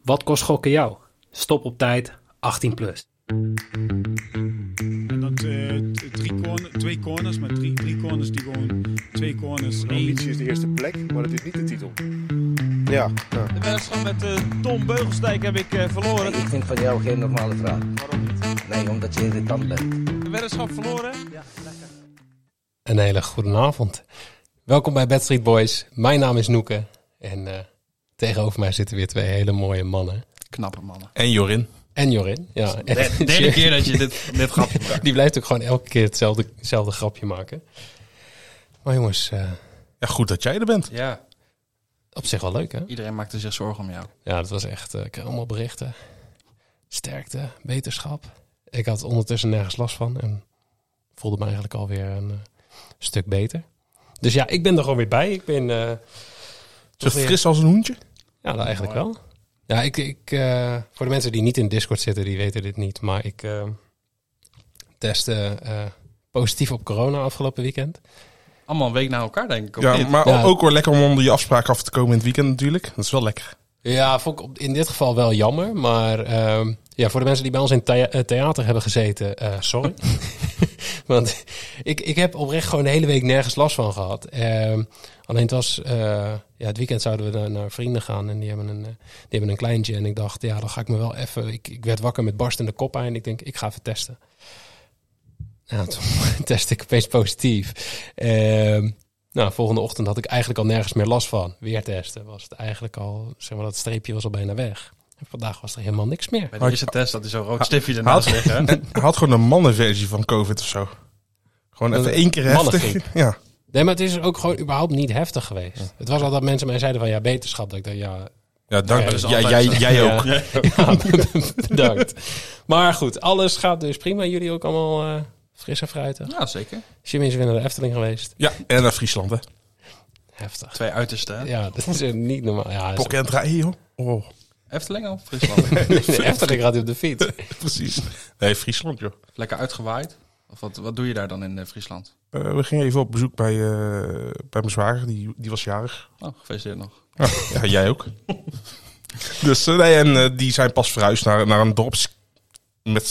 Wat kost gokken jou? Stop op tijd, 18 plus. En dat twee corners, maar drie corners die gewoon... Twee corners. De ambitie is de eerste plek, maar het is niet de titel. Ja. De wedstrijd met Tom Beugelsdijk heb ik verloren. Ik vind van jou geen normale vraag. Waarom niet? Nee, omdat je irritant bent. De weddenschap verloren? Ja, lekker. Een hele goede avond. Welkom bij Bad Street Boys. Mijn naam is Noeke. En tegenover mij zitten weer twee hele mooie mannen. Knappe mannen. En Jorin. En Jorin. Ja. Derde keer dat je dit grapje maakt. Die blijft ook gewoon elke keer hetzelfde grapje maken. Maar jongens, Ja, goed dat jij er bent. Ja, op zich wel leuk hè? iedereen maakte zich zorgen om jou. Ja, dat was echt, ik kreeg allemaal berichten. Sterkte, beterschap. Ik had ondertussen nergens last van. En voelde me eigenlijk alweer een stuk beter. Dus ja, ik ben er gewoon weer bij. Ik ben... Zo fris als een hoentje? Ja, nou, eigenlijk wel. Ja, ik voor de mensen die niet in Discord zitten, die weten dit niet. Maar ik testte positief op corona afgelopen weekend. Allemaal een week na elkaar, denk ik. Ja, maar Ja. ook wel lekker om onder je afspraak af te komen in het weekend natuurlijk. Dat is wel lekker. Ja, vond ik in dit geval wel jammer. Maar ja, voor de mensen die bij ons in theater hebben gezeten, sorry. Want ik heb oprecht gewoon de hele week nergens last van gehad. Alleen het was... ja, het weekend zouden we naar vrienden gaan en die hebben een kleintje. En ik dacht, ja, dan ga ik me wel even... Ik werd wakker met barstende koppijn en ik denk, ik ga even testen. Nou, toen testte ik opeens positief. Nou, volgende ochtend had ik eigenlijk al nergens meer last van. Weer testen was het eigenlijk al... Zeg maar, dat streepje was al bijna weg. En vandaag was er helemaal niks meer. Bij de eerste test had hij zo'n rood stiftje ernaast liggen. Hij had gewoon een mannenversie van COVID of zo. Gewoon even één keer heftig. Mannengriep. Ja. Nee, maar het is ook gewoon überhaupt niet heftig geweest. Ja. Het was al dat mensen mij zeiden van ja, beterschap. Dat ik dacht, ja, Ja, dank. Ja, dat is Jij ook. Ja, ja, bedankt. Maar goed, alles gaat dus prima. Jullie ook allemaal fris en fruitig. Ja, zeker. Jimmy is weer naar de Efteling geweest. Ja, en naar Friesland, hè. Heftig. Twee uitersten, hè? Ja, dat is niet normaal. Ja, Pokken en draaien, joh. Oh, Efteling of Friesland? de Efteling gaat hij op de fiets. precies. Nee, Friesland, joh. Lekker uitgewaaid. Of wat doe je daar dan in Friesland? We gingen even op bezoek bij mijn zwager. Die was jarig. Oh, gefeliciteerd nog. Ja, jij ook. Dus nee, en die zijn pas verhuisd naar een dorp met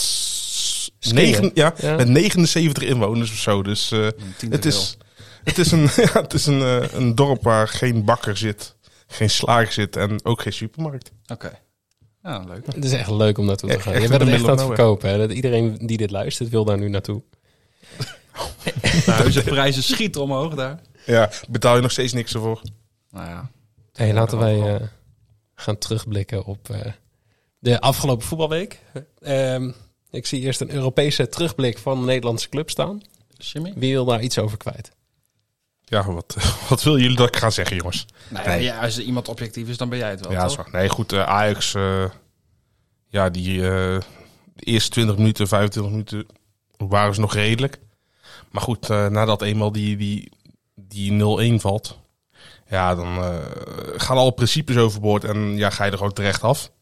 met 79 inwoners of zo. Dus het is een dorp waar geen bakker zit, geen slager zit en ook geen supermarkt. Oké. Ja, leuk. Het is echt leuk om naartoe te gaan. Echt Je bent in er the echt aan middle het of verkopen. Hè? Dat iedereen die dit luistert wil daar nu naartoe. Nou, de prijzen schieten omhoog daar. Ja, betaal je nog steeds niks ervoor. Nou ja. Hey, laten wij gaan terugblikken op de afgelopen voetbalweek. Ik zie eerst een Europese terugblik van de Nederlandse club staan. Jimmy? Wie wil daar iets over kwijt? Ja, wat willen jullie dat ik ga zeggen, jongens? Nee. Ja, als er iemand objectief is, dan ben jij het wel, Ja, dat is toch? waar. Nee, goed, Ajax, de eerste 20 minuten, 25 minuten waren ze nog redelijk. Maar goed, nadat eenmaal die 0-1 valt, ja, dan gaan alle principes overboord en ja, ga je er gewoon terecht af.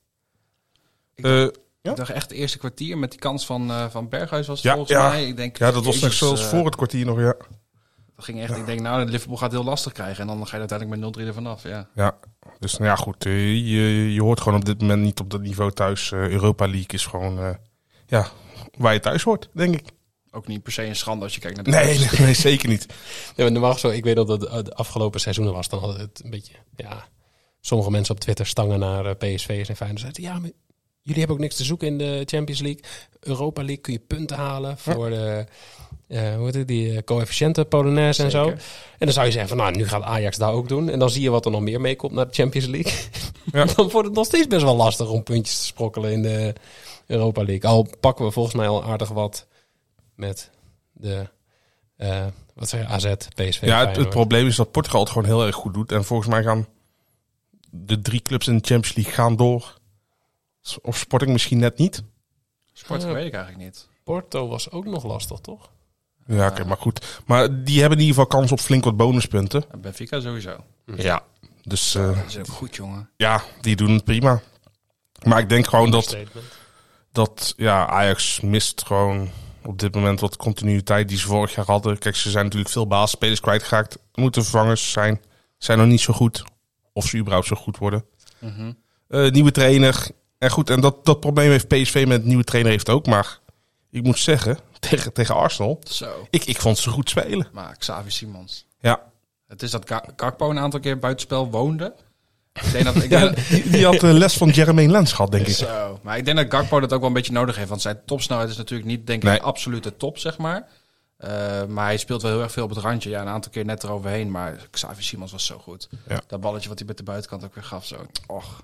Ik dacht echt het eerste kwartier met die kans van Berghuis was het Ja, volgens mij. Ik denk, Ja, dat was net Jezus, zoals voor het kwartier nog, ja. Dat ging echt, ik denk, nou, Liverpool gaat het heel lastig krijgen. En dan ga je uiteindelijk met 0-3 er vanaf, ja. Ja, dus nou ja, goed. Je hoort gewoon op dit moment niet op dat niveau thuis. Europa League is gewoon, waar je thuis hoort, denk ik. Ook niet per se een schande als je kijkt naar de Nee, zeker niet. Ja, maar normaal zo, ik weet dat het de afgelopen seizoenen was. Dan hadden het een beetje, ja, sommige mensen op Twitter stangen naar PSV's en Feyenoord. Zeiden, ja, maar jullie hebben ook niks te zoeken in de Champions League. Europa League kun je punten halen voor de, hoe heet het, die coëfficiënten Polonaise en zo. En dan zou je zeggen van, nou, nu gaat Ajax daar ook doen. En dan zie je wat er nog meer meekomt naar de Champions League. Ja. Dan wordt het nog steeds best wel lastig om puntjes te sprokkelen in de Europa League. Al pakken we volgens mij al aardig wat met de, wat zeg je, AZ, PSV. Ja, het probleem is dat Portugal het gewoon heel erg goed doet. En volgens mij gaan de 3 clubs in de Champions League gaan door. Of Sporting misschien net niet. Sport weet ik eigenlijk niet. Porto was ook nog lastig, toch? Ja, oké, maar goed. Maar die hebben in ieder geval kans op flink wat bonuspunten. Benfica sowieso. Ja. Dus Dat is ook goed, jongen. ja, die doen het prima. Maar ik denk gewoon dat Ajax mist gewoon op dit moment wat continuïteit die ze vorig jaar hadden. Kijk, ze zijn natuurlijk veel basisspelers kwijtgeraakt. Moeten vervangers zijn nog niet zo goed. Of ze überhaupt zo goed worden. Nieuwe trainer. En goed, en dat probleem heeft PSV met nieuwe trainer heeft ook. Maar ik moet zeggen, tegen Arsenal, Zo. ik vond ze goed spelen. Maar Xavi Simons. Ja, Het is dat Gakpo een aantal keer buitenspel woonde. Ik denk dat, die had les van Jermaine Lens gehad, denk ik. Zo. Maar ik denk dat Gakpo dat ook wel een beetje nodig heeft. Want zijn topsnelheid is natuurlijk niet, denk ik, Nee. absolute top, zeg maar. Maar hij speelt wel heel erg veel op het randje. Ja, een aantal keer net eroverheen. Maar Xavi Simons was zo goed. Ja. Dat balletje wat hij met de buitenkant ook weer gaf. Zo. Och.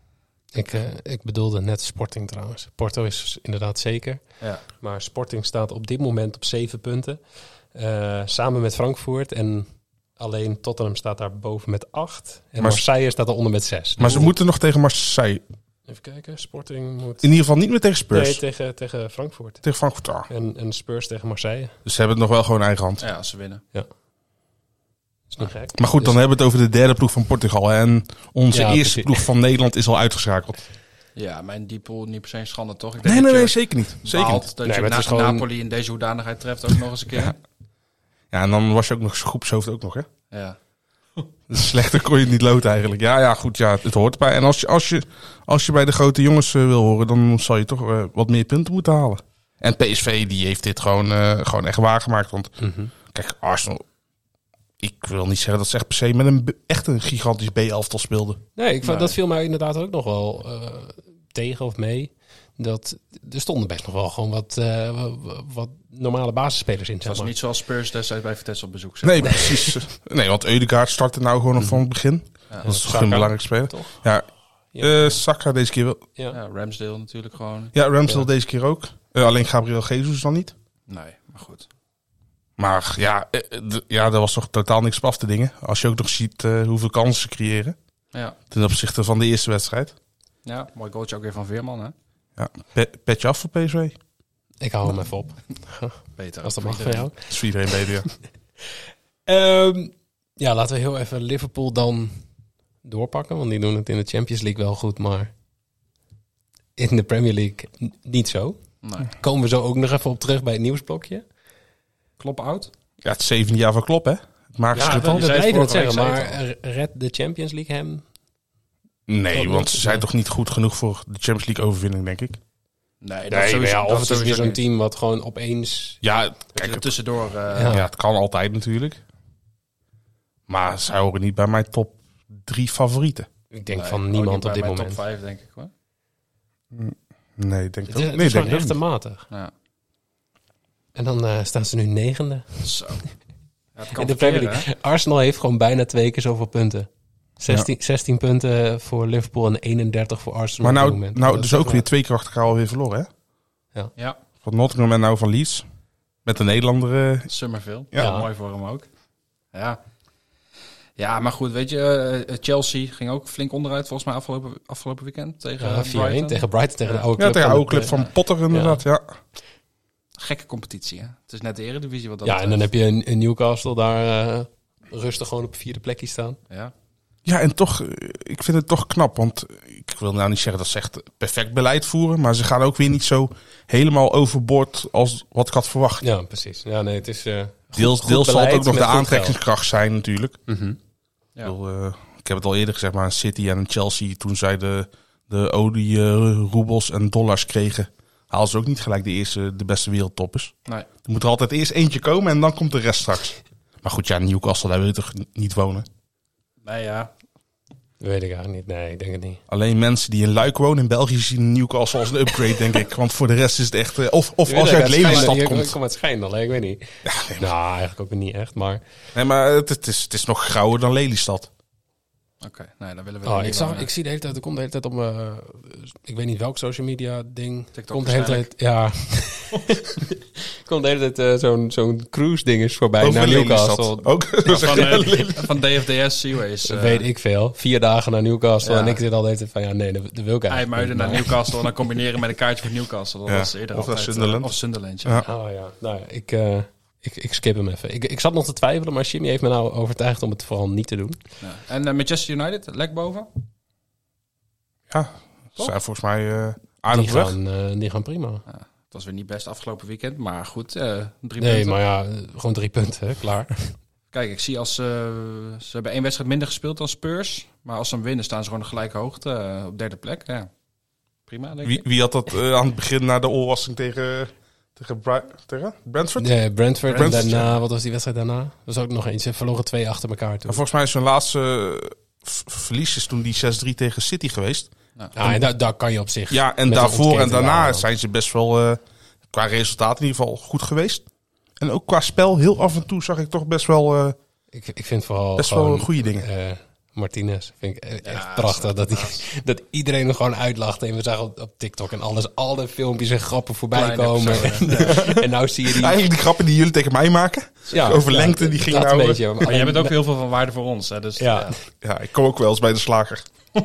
Ik bedoelde net Sporting trouwens. Porto is inderdaad zeker. Ja. Maar Sporting staat op dit moment op 7 punten. Samen met Frankfurt. En alleen Tottenham staat daar boven met 8. En Maar- Marseille staat eronder met 6. Maar ze moeten nog tegen Marseille. Even kijken. Sporting moet... In ieder geval niet meer tegen Spurs. Nee, tegen Frankfurt. Tegen Frankfurt. Ah. En Spurs tegen Marseille. Dus ze hebben het nog wel gewoon eigen hand. Ja, als ze winnen. Is niet gek. Maar goed, dan Dus- hebben we het over de derde ploeg van Portugal. En onze Ja, eerste precies. ploeg van Nederland is al uitgeschakeld. Ja, maar in die pool niet per se een schande, toch? Ik denk Nee, dat nee, je zeker niet. Zeker baalt niet. dat Nee, je maar het is gewoon- Napoli in deze hoedanigheid treft ook nog eens een keer. Ja, en dan was je ook nog groepshoofd ook nog, hè? Ja. Dus slechter kon je het niet loten eigenlijk. Ja, goed, ja, het hoort erbij. En als je bij de grote jongens wil horen, dan zal je toch wat meer punten moeten halen. En PSV, die heeft dit gewoon echt waargemaakt. Want kijk, Arsenal, ik wil niet zeggen dat ze echt per se met echt een gigantisch B-elftal speelden. Nee, Nee. dat viel mij inderdaad ook nog wel tegen of mee. Dat er stonden best nog wel gewoon wat normale basisspelers in. Het Zeg was maar. niet zoals Spurs destijds bij Vitesse op bezoek. Zeg Nee, maar. precies. Nee, want Ødegaard startte nou gewoon nog van het begin. Ja. Dat is toch Saka, een belangrijk speler. toch? Ja, Ja. Saka deze keer wel. Ja. Ja, Ramsdale natuurlijk gewoon. Ja, Ramsdale Ja. deze keer ook. Alleen Gabriel Jesus dan niet. Nee, maar goed. Maar ja, er was toch totaal niks op af te dingen. Als je ook nog ziet hoeveel kansen ze creëren. Ja, Ten opzichte van de eerste wedstrijd. ja, mooi goaltje ook weer van Veerman, hè? Ja, petje af voor PSV. Ik hou hem even op. Beter. Als dat voor mag van iedereen. jou. Dat is voor iedereen beter, ja. Ja, laten we heel even Liverpool dan doorpakken. Want die doen het in de Champions League wel goed. Maar in de Premier League niet zo. Nee. Komen we zo ook nog even op terug bij het nieuwsblokje. Kloppen oud? Ja, het 7e jaar van Klopp, hè? Het magische getal. we je zei het blijven het vorige zeggen. week, Maar zei red de Champions League hem? Nee, Oh, want ze zijn toch niet goed genoeg voor de Champions League overwinning, denk ik. Nee, Of het is weer zo'n team wat gewoon opeens... Ja, Kijk, kijk, er tussendoor. Ja. ja, het kan altijd natuurlijk. Maar zij horen niet bij mijn top 3 favorieten. Ik denk Nee, van ook niemand niet op bij dit mijn moment. top 5, denk ik hoor. Nee, ik denk Het het is, ook. het is Nee, gewoon denk ik echt te ook matig. Ja. En dan staan ze nu 9e. Zo. Ja, het kan In de Premier verkeren, hè? League. Arsenal heeft gewoon bijna 2 keer zoveel punten. 16 punten voor Liverpool en 31 voor Arsenal. Maar op dit moment. nou Dat dus is ook echt weer 2 keer achter elkaar alweer verloren, hè? Ja, Van Nottingham en nou van Leeds. Met de Nederlander. Summerville. Ja. Ja, mooi voor hem ook. Ja. Ja, maar goed, weet je, Chelsea ging ook flink onderuit volgens mij afgelopen weekend tegen Ja, 4-1 Brighton. tegen Brighton, tegen de oude Ja, club. tegen de van oude club van Potter inderdaad, ja. Gekke competitie, hè? Het is net de Eredivisie wat dat Ja, en dan betreft. heb je een Newcastle daar rustig gewoon op 4e plekje staan. Ja. Ja, en toch, ik vind het toch knap. Want ik wil nou niet zeggen dat ze echt perfect beleid voeren. Maar ze gaan ook weer niet zo helemaal overboord als wat ik had verwacht. Ja, precies. Ja, nee, het is Deels zal het ook nog de aantrekkingskracht zijn natuurlijk. Ja. Ik heb het al eerder gezegd, maar een City en een Chelsea, toen zij de olie, roebels en dollars kregen, halen ze ook niet gelijk de beste wereldtoppers. Nee. Er moet er altijd eerst eentje komen en dan komt de rest straks. Maar goed, ja, Newcastle, daar wil je toch niet wonen? Nee, ja. Weet ik eigenlijk niet. Nee, ik denk het niet. Alleen mensen die in Luik wonen in België zien Newcastle als een upgrade, denk ik. Want voor de rest is het echt... Of als je uit Lelystad Ik komt. kom uit Schijndel, ik weet niet. Nou, eigenlijk ook niet echt, maar... Nee, maar het is nog grauwer dan Lelystad. Oké, nee, dan willen we Oh, niet ik zie de hele tijd, er komt de hele tijd op ik weet niet welk social media ding. TikTok Komt de hele tijd, ja. Komt de hele tijd zo'n cruise ding is voorbij Over naar Lelystad. Newcastle. Ook. van DFDS Seaways. Weet ik veel. 4 dagen naar Newcastle Ja. en ik zit altijd van ja, nee, dat wil ik eigenlijk IJmuiden niet, naar maar- Newcastle en dan combineren met een kaartje voor Newcastle. Dat Ja. was eerder Of naar altijd, Sunderland. Of Sunderland, ja. Ja. Oh ja, nou ja, ik skip hem even. Ik zat nog te twijfelen, maar Jimmy heeft me nou overtuigd om het vooral niet te doen. Ja. En Manchester United, lek boven? Ja, ze zijn volgens mij aardig Die weg. die gaan prima. Ja, het was weer niet best afgelopen weekend, maar goed, 3 Nee, punten. maar ja, gewoon 3 punten, hè, klaar. Kijk, ik zie als ze hebben 1 wedstrijd minder gespeeld dan Spurs. Maar als ze hem winnen, staan ze gewoon op gelijke hoogte op derde plek. Ja. Prima, denk ik. Wie had dat aan het begin na de oorwassing tegen Brentford? Ja, Brentford. En Brentford, daarna, wat was die wedstrijd daarna? Dat was ook nog eens. Ze verloren 2 achter elkaar toen. En volgens mij is hun laatste verlies is toen die 6-3 tegen City geweest. En daar kan je op zich. Ja, en met daarvoor een en ontketen daarna halen. zijn ze best wel qua resultaten in ieder geval goed geweest. En ook qua spel heel af en toe zag ik toch best wel Ik vind vooral best gewoon, wel goede dingen. Martinez vind ik echt prachtig. Dat iedereen hem gewoon uitlachte. En we zagen op TikTok en alles. Alle filmpjes en grappen voorbij Kleine komen. En nou zie je die... Eigenlijk die grappen die jullie tegen mij maken. Over lengte, die ging dat nou... een beetje. Maar jij bent ook heel veel van waarde voor ons. Hè? Dus, Ja. Ja, ik kom ook wel eens bij de slager.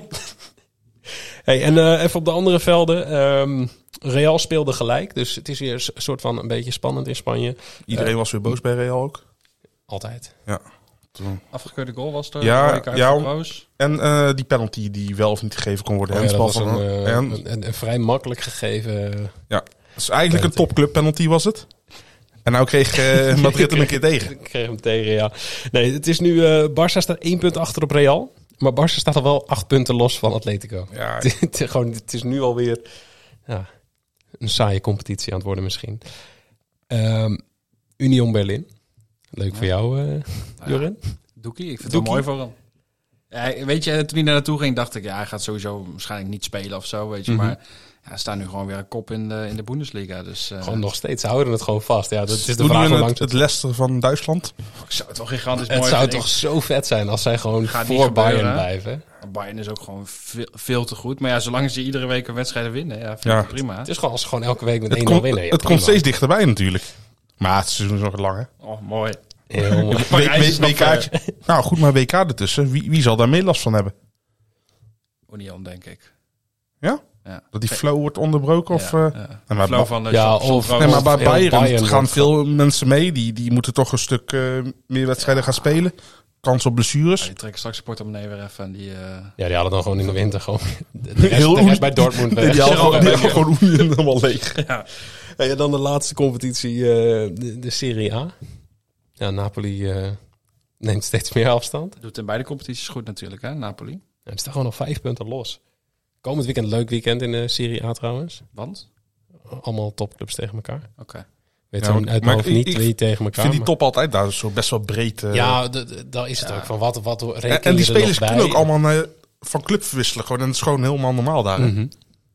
Hey, en even op de andere velden. Real speelde gelijk. Dus het is weer een soort van een beetje spannend in Spanje. Iedereen was weer boos bij Real ook. Altijd. Ja. Toen. Afgekeurde goal was er. Ja, Rode kaart ja, voor Kroos. En die penalty die wel of niet gegeven kon worden. Oh ja, dat Handsbal was van een vrij makkelijk gegeven... ja, dus eigenlijk een topclub penalty was het. En nou kreeg Madrid hem een keer tegen. Ik kreeg hem tegen, ja. Nee, het is nu... Barça staat 1 punt achter op Real. Maar Barça staat al wel 8 punten los van Atletico. Ja, Het is nu alweer een saaie competitie aan het worden misschien. Union Berlin. Leuk voor jou, Jorin. Doekie, ik vind het Doekie. wel mooi voor hem. Ja, weet je, toen hij daar naartoe ging, dacht ik... Ja, hij gaat sowieso waarschijnlijk niet spelen of zo, weet je. Maar hij staat nu gewoon weer een kop in de Bundesliga. Dus, Gewoon nog steeds. Ze houden het gewoon vast. Ja, dat is de Doen vraag hoe jullie lang het Leicester van Duitsland? ik zou het wel gigantisch het mooi zou vinden. toch zo vet zijn als zij gewoon Gaat niet voor gebeuren, Bayern hè? blijven. Bayern is ook gewoon veel te goed. Maar ja, zolang ze iedere week een wedstrijd winnen, ja, vind ik Ja. het prima. Het is gewoon als ze gewoon elke week met 1-0 Het, komt, winnen. Ja, het prima. komt steeds dichterbij natuurlijk. Maar het seizoen is nog lang, hè? Oh, mooi. Heel mooi. Parijs is nog WK'tje. Nou, goed, maar WK ertussen. Wie zal daar meer last van hebben? Union, denk ik. Ja? Ja. Dat die flow wordt onderbroken? Of, Ja. nee, maar, Flow van Ja, John of- Kroos. nee, maar bij heel Bayern, Bayern gaan wordt- veel mensen mee. Die moeten toch een stuk meer wedstrijden gaan spelen. Kans op blessures. Ja, die trekken straks de portemonnee weer even. En die, Ja, die hadden dan gewoon in de winter gewoon de Heel rest bij Dortmund weg. Die hadden Zo, gewoon, ja. gewoon Union helemaal leeg. ja. Hey, en dan de laatste competitie, de Serie A. Ja, Napoli neemt steeds meer afstand. Doet in beide competities goed natuurlijk, hè, Napoli. Ja, het staat gewoon nog 5 punten los. Komend weekend leuk weekend in de Serie A trouwens. Want? Allemaal topclubs tegen elkaar. Oké. Weet Ja, zo maar- uit mijn maar hoofd ik- niet ik wie tegen Ik elkaar. vind die maar- top altijd daar zo best wel breed. Ja, daar is het ook van. Wat reken En die je er spelers nog bij? kunnen ook allemaal van club verwisselen. Gewoon, en dat is gewoon helemaal normaal daar. Hè? Mhm.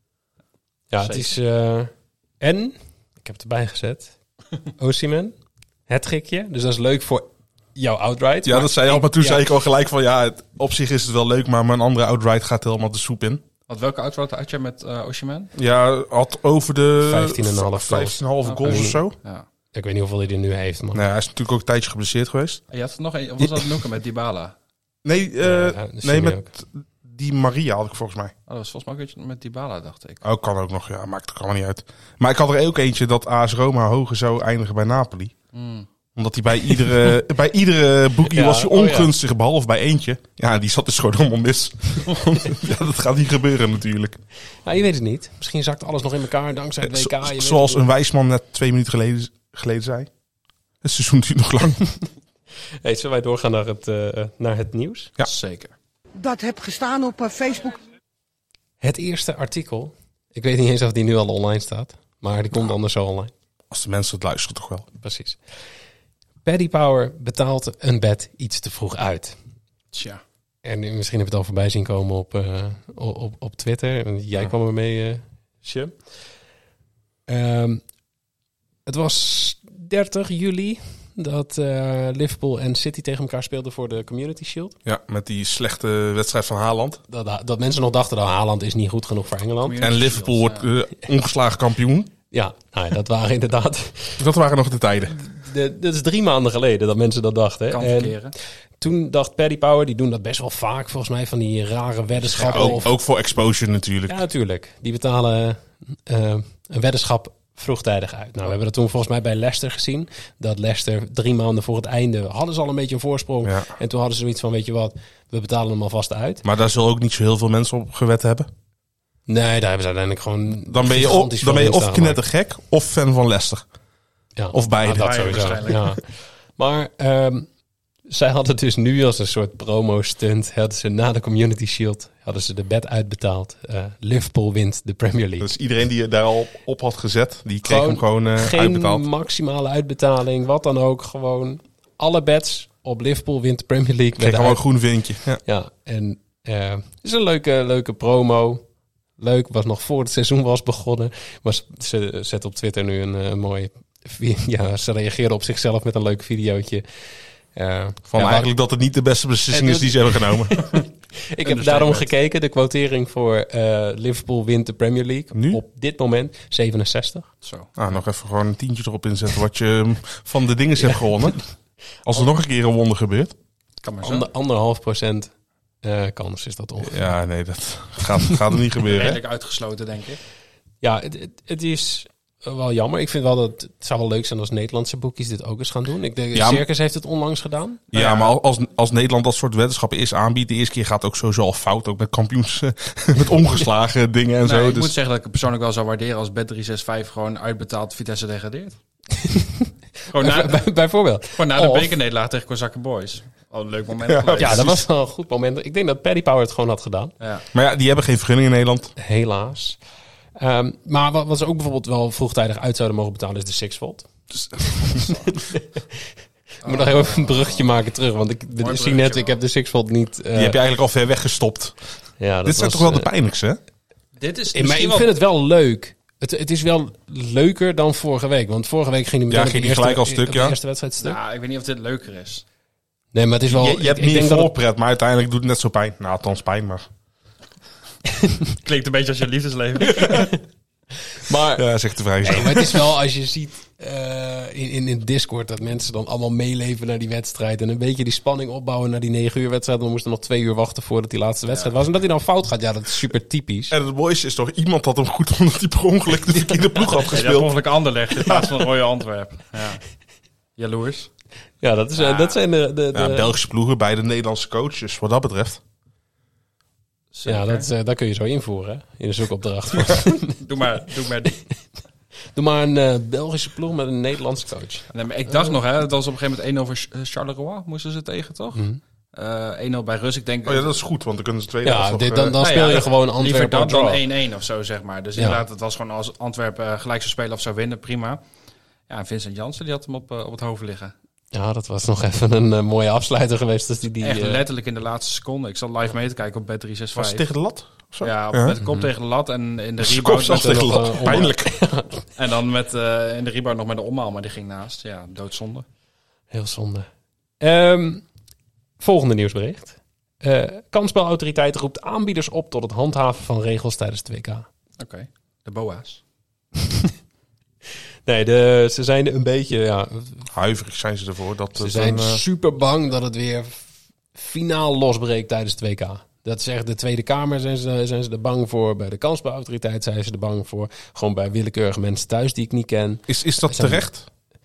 Ja, het Zeker. is... en, ik heb het erbij gezet, Osimhen, het gikje. Dus dat is leuk voor jouw outright. Ja, dat zei je al. Maar toen ja. zei ik al gelijk van ja, op zich is het wel leuk. Maar mijn andere outright gaat helemaal de soep in. Want welke outroute had je met Osimhen? Ja, had over de 15,5 15,5 goals of zo. Ja. Ik weet niet hoeveel hij er nu heeft, man. Nou, hij is natuurlijk ook een tijdje geblesseerd geweest. En je had er nog een, of was dat Nuka met Dybala? Nee, dat zie nee je met ook. die Maria had ik volgens mij. Oh, dat was volgens mij ook iets met Dybala, dacht ik. Oh, kan ook nog. Ja, maakt er allemaal niet uit. Maar ik had er ook eentje dat AS Roma hoger zou eindigen bij Napoli. Omdat hij bij iedere boekie Ja, was hij oh ja. ongunstig, behalve bij eentje. Ja, die zat dus gewoon helemaal mis. Ja, dat gaat niet gebeuren natuurlijk. Ja, je weet het niet. Misschien zakt alles nog in elkaar dankzij het WK. je weet Zoals het een wijsman net 2 minuten geleden zei. Het seizoen duurt nog lang. niet. Hey, zullen wij doorgaan naar het nieuws? Ja. Zeker. Dat heb gestaan op Facebook. Het eerste artikel. Ik weet niet eens of die nu al online staat. Maar die komt anders zo online. Als de mensen het luisteren toch wel. Precies. Paddy Power betaalt een bed iets te vroeg uit. Tja. En misschien heb je het al voorbij zien komen op Twitter. En jij kwam ermee, Sje. Het was 30 juli dat Liverpool en City tegen elkaar speelden voor de Community Shield. Ja, met die slechte wedstrijd van Haaland. Dat mensen nog dachten dat Haaland is niet goed genoeg voor Engeland. En Liverpool wordt ongeslagen kampioen. Ja, nou ja, dat waren inderdaad... Dat waren nog de tijden. Dat is 3 maanden geleden dat mensen dat dachten. Kan En verkeren. toen dacht Paddy Power, die doen dat best wel vaak volgens mij, van die rare weddenschappen. Ook voor exposure natuurlijk. Ja, natuurlijk. Die betalen een weddenschap vroegtijdig uit. Nou, we hebben dat toen volgens mij bij Leicester gezien. Dat Leicester 3 maanden voor het einde hadden ze al een beetje een voorsprong. Ja. En toen hadden ze zoiets van, weet je wat, we betalen hem alvast uit. Maar daar zullen ook niet zo heel veel mensen op gewet hebben. Nee, daar hebben ze uiteindelijk gewoon... Dan ben je, gigantisch veel of winst aan knettergek of fan van Leicester. gemaakt. Ja. Of beide. Ja, dat Beide sowieso. waarschijnlijk. Ja. Maar zij hadden dus nu als een soort promo-stunt, hadden ze na de Community Shield, hadden ze de bet uitbetaald. Liverpool wint de Premier League. Dus iedereen die daar al op had gezet, die kreeg hem gewoon geen uitbetaald. maximale uitbetaling, wat dan ook. Gewoon alle bets op Liverpool wint de Premier League. Kreeg gewoon een groen vinkje. Ja. Ja, en het is een leuke promo. Leuk, was nog voor het seizoen was begonnen. Maar ze zet op Twitter nu een mooi... Ja, ze reageerde op zichzelf met een leuk videootje. Eigenlijk dat het niet de beste beslissing is die ze hebben genomen. Ik heb daarom gekeken. De quotering voor Liverpool wint de Premier League. Nu? Op dit moment 67. Zo. Nog even gewoon een tientje erop inzetten wat je van de dingen hebt gewonnen. Als er nog een keer een wonder gebeurt. Kan maar zo. 1,5% kans is dat ongeveer. Ja, nee, dat gaat er niet gebeuren. Redelijk uitgesloten, denk ik. Ja, het is wel jammer. Ik vind wel dat het zou wel leuk zijn als Nederlandse boekjes dit ook eens gaan doen. Ik denk, Circus heeft het onlangs gedaan. Ja, maar als Nederland dat soort weddenschappen eerst aanbiedt, de eerste keer gaat het ook sowieso al fout. Ook met kampioens, met omgeslagen dingen en zo. Ik moet zeggen dat ik het persoonlijk wel zou waarderen als Bet365 gewoon uitbetaald Vitesse degradeert. Bijvoorbeeld. Gewoon na de bekernederlaag tegen Kozakken Boys. Oh, een leuk moment. Ja, dat was wel een goed moment. Ik denk dat Paddy Power het gewoon had gedaan. Ja. Maar ja, die hebben geen vergunning in Nederland. Helaas. Maar wat ze ook bijvoorbeeld wel vroegtijdig uit zouden mogen betalen is de Sixfold. Ik moet nog heel even een bruggetje maken terug. Want ik zie net, ik heb de Sixfold niet... Die heb je eigenlijk al ver weggestopt. Ja, Dit zijn toch wel de pijnlijkste, hè? Dit is maar ik vind het wel leuk. Het is wel leuker dan vorige week. Want vorige week ging hij meteen gelijk al stuk, de eerste wedstrijd stuk. Nou, ik weet niet of dit leuker is. Nee, maar het is wel... Je hebt meer voorpret, maar uiteindelijk doet het net zo pijn. Nou, althans pijn, maar... Klinkt een beetje als je liefdesleven. Maar, ja, zegt de vrij. Nee, maar het is wel als je ziet in Discord dat mensen dan allemaal meeleven naar die wedstrijd. En een beetje die spanning opbouwen naar die 9 uur wedstrijd. Dan moesten nog 2 uur wachten voordat die laatste wedstrijd was. En dat hij dan fout gaat, ja, dat is super typisch. En het mooiste is toch, iemand had hem goed omdat hij per ongeluk de verkeerde ploeg had gespeeld. Ja, ongeluk Anderlecht in plaats van Royal Antwerpen. Ja. Jaloers. Ja, dat zijn de Belgische ploegen bij de Nederlandse coaches, wat dat betreft. Zeker. Ja, dat kun je zo invoeren hè? In de zoekopdracht. Doe maar. Doe maar een Belgische ploeg met een Nederlandse coach. Nee, maar ik dacht nog, hè, dat was op een gegeven moment 1-0 voor Charleroi. Moesten ze tegen, toch? 1-0 bij Rus. Ik denk, oh ja, dat is goed, want dan kunnen ze tweede. Ja, dan speel je gewoon Antwerpen liever dan 1-1 of zo, zeg maar. Dus inderdaad, het was gewoon als Antwerpen gelijk zou spelen of zou winnen, prima. Ja, en Vincent Janssen, die had hem op het hoofd liggen. Ja, dat was nog even een mooie afsluiter geweest. Dus echt letterlijk in de laatste seconde. Ik zat live mee te kijken op Bet365. Was het tegen de lat? Zo? Ja, met de kop tegen de lat en in de rebound. Tegen de lat. Pijnlijk. En dan in de rebound nog met de omhaal, maar die ging naast. Ja, doodzonde. Heel zonde. Volgende nieuwsbericht. Kansspelautoriteit roept aanbieders op tot het handhaven van regels tijdens het WK. Oké, de BOA's. Nee, ze zijn een beetje... huiverig zijn ze ervoor. Ze zijn super bang dat het weer finaal losbreekt tijdens het WK. Dat is echt de Tweede Kamer zijn ze er bang voor. Bij de kansspelautoriteit zijn ze er bang voor. Gewoon bij willekeurige mensen thuis die ik niet ken. Is dat terecht?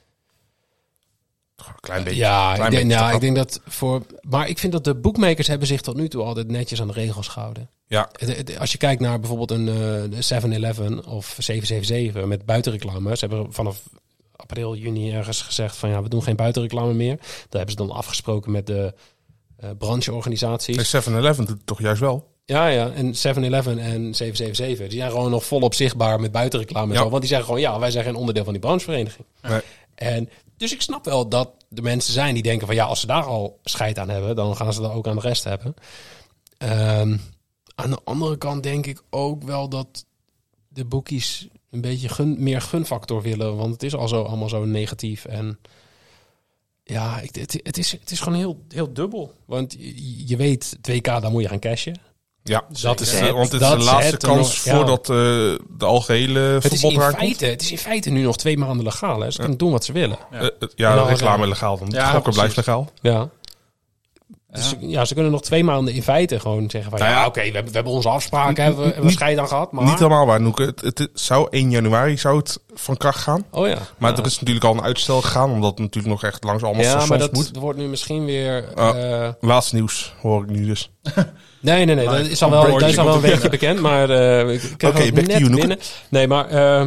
Een klein beetje. Ja, ik denk dat voor... Maar ik vind dat de bookmakers hebben zich tot nu toe altijd netjes aan de regels gehouden. Ja. Als je kijkt naar bijvoorbeeld een 7-Eleven of 777 met buitenreclame. Ze hebben vanaf april, juni ergens gezegd van ja, we doen geen buitenreclame meer. Daar hebben ze dan afgesproken met de brancheorganisaties. 7-Eleven doet het toch juist wel? Ja, en 7-Eleven en 777, die zijn gewoon nog volop zichtbaar met buitenreclame. En zo, want die zeggen gewoon, ja, wij zijn geen onderdeel van die branchevereniging. Nee. En dus ik snap wel dat de mensen zijn die denken van ja, als ze daar al scheid aan hebben, dan gaan ze er ook aan de rest hebben. Aan de andere kant denk ik ook wel dat de boekies een beetje meer gunfactor willen, want het is al zo allemaal zo negatief. En ja, het is gewoon heel dubbel. Want je weet, 2K, dan moet je gaan cashen. Ja, dat is het. Want het is de laatste kans voordat de algehele verbod raakt. Het is in feite nu nog 2 maanden legaal. Hè. Ze kunnen doen wat ze willen. Reclame legaal. Want gokken blijft legaal. Ja. Dus ze kunnen nog 2 maanden in feite gewoon zeggen van oké, we hebben onze afspraken, hebben we scheid aan gehad. Maar... Niet helemaal waar, Noeke. Het zou 1 januari van kracht gaan. Oh ja. Maar er is natuurlijk al een uitstel gegaan, omdat het natuurlijk nog echt langs allemaal stations moet. Er wordt nu misschien weer... Laatste nieuws, hoor ik nu dus. Nee, dat is al wel een beetje bekend, maar ik kreeg Oké, het back to net you, Noeke. binnen. Nee, maar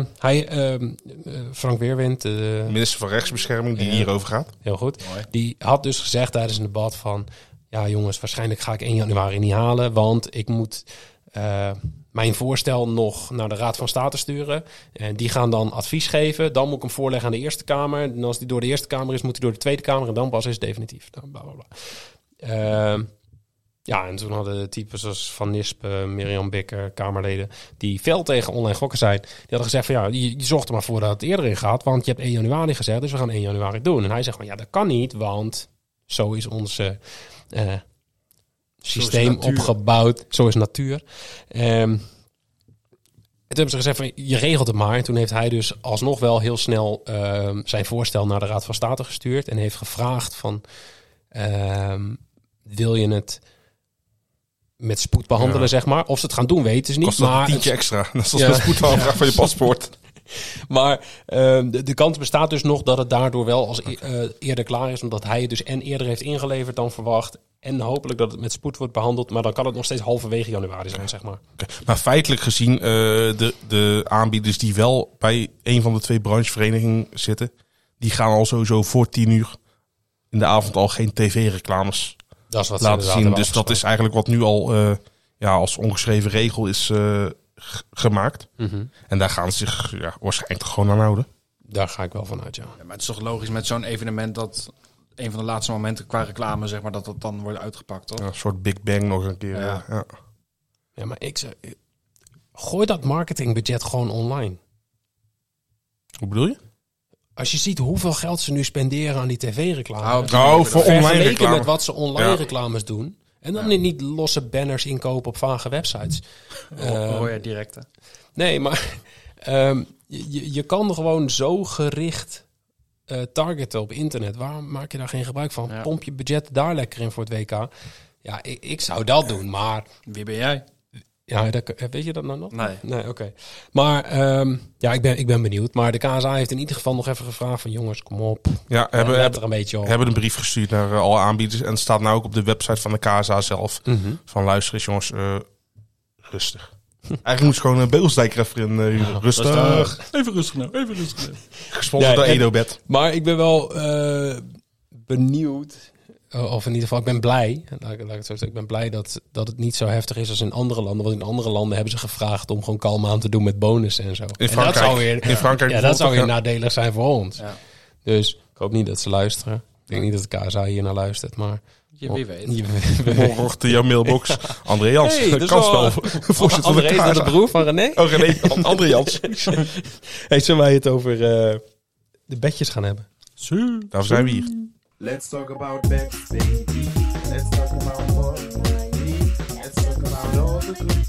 Frank Weerwind, Minister van Rechtsbescherming, die hierover gaat. heel goed, Mooi. die had dus gezegd tijdens een debat van... Ja jongens, waarschijnlijk ga ik 1 januari niet halen, want ik moet mijn voorstel nog naar de Raad van State sturen. En die gaan dan advies geven. Dan moet ik hem voorleggen aan de Eerste Kamer. En als die door de Eerste Kamer is, moet hij door de Tweede Kamer. En dan pas is het definitief. Dan bla, bla, bla. Ja, en toen hadden types als Van Nispen, Mirjam Bikker, Kamerleden... die fel tegen online gokken zijn. Die hadden gezegd van ja, je zorgt er maar voor dat het eerder in gaat. Want je hebt 1 januari gezegd, dus we gaan 1 januari doen. En hij zegt van ja, dat kan niet, want zo is onze... systeem opgebouwd. Zo is natuur. En toen hebben ze gezegd van je regelt het maar. En toen heeft hij dus alsnog wel heel snel zijn voorstel naar de Raad van State gestuurd. En heeft gevraagd van wil je het met spoed behandelen, zeg maar. Of ze het gaan doen, weten ze niet. Kost dat maar een tientje extra. Dat is als een spoedaanvraag van je paspoort. Maar de kans bestaat dus nog dat het daardoor wel als eerder klaar is. Omdat hij het dus en eerder heeft ingeleverd dan verwacht. En hopelijk dat het met spoed wordt behandeld. Maar dan kan het nog steeds halverwege januari zijn, zeg maar. Okay. Maar feitelijk gezien, de aanbieders die wel bij een van de 2 brancheverenigingen zitten... die gaan al sowieso voor 10 uur in de avond al geen tv-reclames Dat is wat laten zien. Dus dat is eigenlijk wat nu al als ongeschreven regel is gemaakt. Mm-hmm. En daar gaan ze zich waarschijnlijk gewoon aan houden. Daar ga ik wel van uit, ja. Ja, maar het is toch logisch met zo'n evenement dat een van de laatste momenten qua reclame, zeg maar, dat dan wordt uitgepakt, toch? Ja, een soort Big Bang nog een keer. Ja. Ja, maar ik zeg, gooi dat marketingbudget gewoon online. Hoe bedoel je? Als je ziet hoeveel geld ze nu spenderen aan die tv-reclame. Voor online vergeleken reclame. met wat ze online Ja. reclames doen. En dan niet losse banners inkopen op vage websites. Hoor je directe. Nee, maar je kan gewoon zo gericht targeten op internet. Waarom maak je daar geen gebruik van? Ja. Pomp je budget daar lekker in voor het WK. Ja, ik zou dat doen, maar... Wie ben jij? Ja, weet je dat nou nog? Nee. Oké. Maar ik ben benieuwd. Maar de KSA heeft in ieder geval nog even gevraagd van... jongens, kom op. Ja, Let er een beetje op. hebben een brief gestuurd naar alle aanbieders. En het staat nou ook op de website van de KSA zelf. Mm-hmm. Van luister eens jongens, rustig. Eigenlijk moet je gewoon een Beelsdijk even in rustig. Even rustig nou. Gesponsord door Ja, en- Edobed. Maar ik ben wel benieuwd... Of in ieder geval, ik ben blij. Laat ik het zo zeggen. Ik ben blij dat het niet zo heftig is als in andere landen. Want in andere landen hebben ze gevraagd om gewoon kalm aan te doen met bonussen en zo. In Frankrijk, en dat zou weer, in Frankrijk ja, dat zou weer bijvoorbeeld, nadelig zijn voor ons. Ja. Dus ik hoop niet dat ze luisteren. Ik denk niet dat de KSA hier naar luistert, maar... Wie weet. Morgen in jouw mailbox. André Jans, Hey, dat is kansspel. wel- Voorzitter van André de is dat de KSA. broer van René? Oh, René, André Jans. Hey, zullen wij het over de bedjes gaan hebben? Daar zijn we hier. Let's talk about bets, baby. Let's talk about fun, baby. Let's talk about all the good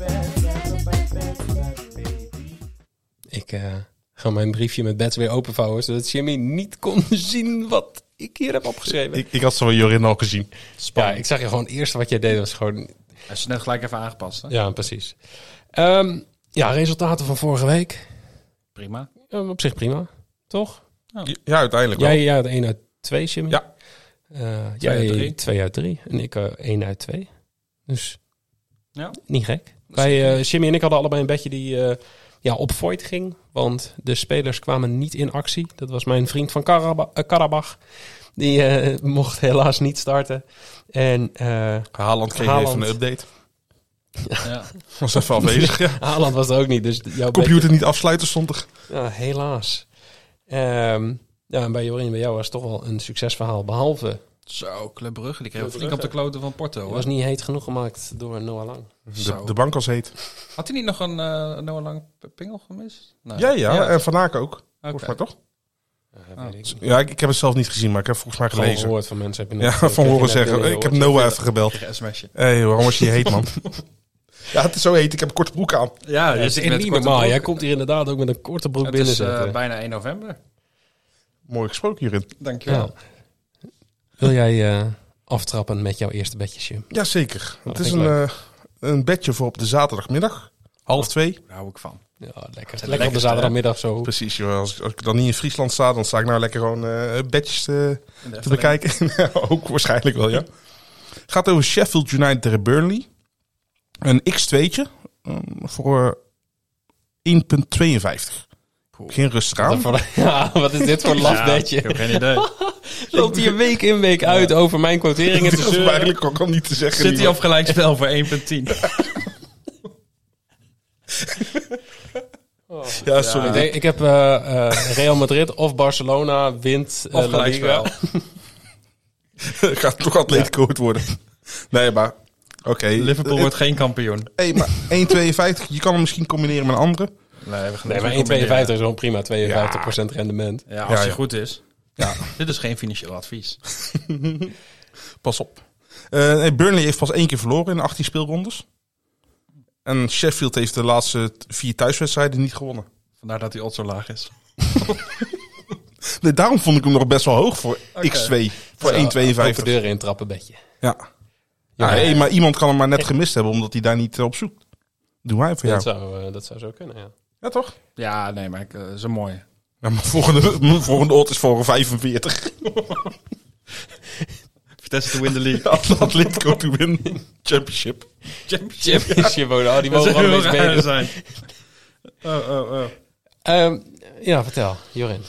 bets, baby. Ik ga mijn briefje met bets weer openvouwen, zodat Jimmy niet kon zien wat ik hier heb opgeschreven. Ik had zo van Jorin al gezien. Ja, ik zag je gewoon het eerste wat jij deed was gewoon... Hij is net gelijk even aangepast. Hè? Ja, precies. Resultaten van vorige week. Prima. Op zich prima, toch? Ja, uiteindelijk wel. Jij had 1 uit 2, Jimmy. Ja. Jij 2 uit 3. En ik 1 uit 2. Dus Ja. niet gek. Wij, Jimmy en ik hadden allebei een bedje die op Voigt ging. Want de spelers kwamen niet in actie. Dat was mijn vriend van Karabach. Die mocht helaas niet starten. En Haaland kreeg Haaland. even een update. Ja. Was even afwezig. Ja. Haaland was er ook niet. Dus jouw Computer niet afsluiten stond er. Ja, helaas. En bij Jorien en bij jou was het toch wel een succesverhaal. Behalve, Zo, Club Brugge. Die kreeg flink op de kloten van Porto. het Hoor. was niet heet genoeg gemaakt door Noah Lang. De bank was heet. Had hij niet nog een Noah Lang pingel gemist? Nee. Ja. En Van Aak ook. Volgens mij toch? Weet ik niet. Ja, ik heb het zelf niet gezien, maar ik heb volgens mij Gewoon gelezen. gehoord van mensen. Heb je Ja, net- van heb je horen net zeggen. binnen Ik heb gehoord. Noah even gebeld. Kreeg een sms'je. Hé, waarom was je heet, man? Ja, het is zo heet. Ik heb een korte broek aan. Ja, Ja, het is echt niet normaal. Jij komt hier inderdaad ook met een korte broek Het binnen is zitten. bijna 1 november. Mooi gesproken hierin. Dankjewel. Ja. Wil jij aftrappen met jouw eerste bedje? Jazeker. dat Het is vind ik een bedje voor op de zaterdagmiddag. 1:30. Daar hou ik van. Ja, lekker op de zaterdagmiddag zo. Precies, joh. Als ik dan niet in Friesland sta, dan sta ik nou lekker gewoon bedjes te In de bekijken. Ook waarschijnlijk wel, ja. Het gaat over Sheffield United tegen Burnley. Een X2'tje voor 1,52. Geen rustig aan. Ja, wat is dit voor een lafbedje? Ik heb geen idee. Loopt hij week in week uit over mijn quoteringen te Dat is zeuren? eigenlijk ook al niet te zeggen. Zit hij op gelijkspel voor 1,10? Ja, sorry. Ik heb Real Madrid of Barcelona wint Of La Liga. gelijkspel. Gaat toch Atletico het worden. Nee, maar... Oké. Liverpool wordt geen kampioen. Hey, maar 1,52. Je kan hem misschien combineren met een andere. Nee, we gaan Nee, maar 1,52 is wel prima. 52% rendement. Ja, als hij ja. goed is. Ja. Dit is geen financieel advies. Pas op. Burnley heeft pas 1 keer verloren in de 18 speelrondes. En Sheffield heeft de laatste 4 thuiswedstrijden niet gewonnen. Vandaar dat die odds zo laag is. Nee, daarom vond ik hem nog best wel hoog voor X2. Voor 1,52. Open deuren intrappen bedje. Ja. Ja, hey, maar iemand kan hem maar net gemist hebben, omdat hij daar niet op zoekt. Doe hij voor jou. Dat zou zo kunnen, ja. Ja, toch? Ja, nee, maar dat is een mooie. Ja, maar volgende odd is voor 45. Vitesse to win the league. Atletico to win Championship. Championship, oh, die mogen gewoon een beetje beter zijn. Ja, vertel, Jorin.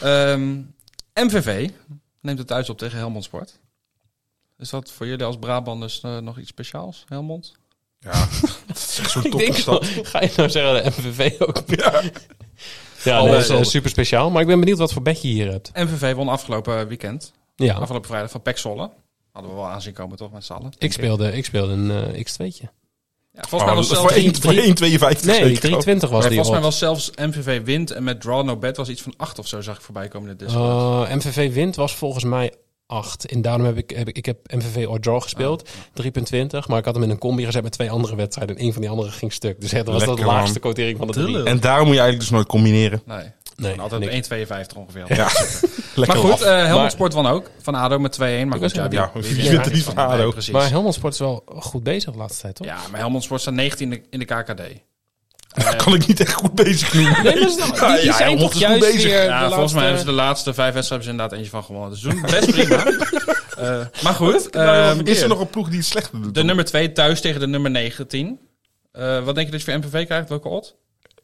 MVV neemt het thuis op tegen Helmond Sport. Is dat voor jullie als Brabanders nog iets speciaals, Helmond? Ja, dat is echt zo'n Ik denk, topperstad. ga je nou zeggen de MVV ook? Ja. Ja, Alles, dat is alles. super speciaal. Maar ik ben benieuwd wat voor bedje je hier hebt. MVV won afgelopen weekend. Ja, Afgelopen vrijdag van PEC Zwolle. Hadden we wel aanzien komen, toch, met z'n allen? ik speelde een X2'tje. Ja, volgens mij was voor zelfs... 1,52 Nee, zeker. 320 was Maar die volgens mij odd. was zelfs MVV wint en met draw no bet was iets van 8 of zo, zag ik voorbij komen in de Discord. MVV wint was volgens mij 8. En daarom heb ik MVV or draw gespeeld. 3,20. Maar ik had hem in een combi gezet met 2 andere wedstrijden. En één van die andere ging stuk. Dus dat was Lekker, de man. laagste quotering van de 3. En daarom moet je eigenlijk dus nooit combineren. Nee, Nee, altijd niks. 1,52 ongeveer. Ja, lekker Maar goed, laf. Helmond Maar- Sport won ook. Van ADO met 2-1. Maar goed, Ja, wie wint wint er niet van ADO? Nee, precies. Maar Helmond Sport is wel goed bezig de laatste tijd, toch? Ja, maar Helmond Sport staat 19 in de KKD. Dat kan ik niet echt goed bezig noemen. Nee, maar die zijn Helmond toch is goed juist bezig. weer Ja, de volgens mij hebben laatste... ze de laatste 5 wedstrijden inderdaad eentje van gewonnen. Dus doen best prima. Maar goed, Is er nog een ploeg die het slechter doet? de nummer 2 thuis tegen de nummer 19. Wat denk je dat je voor MVV krijgt? Welke odd?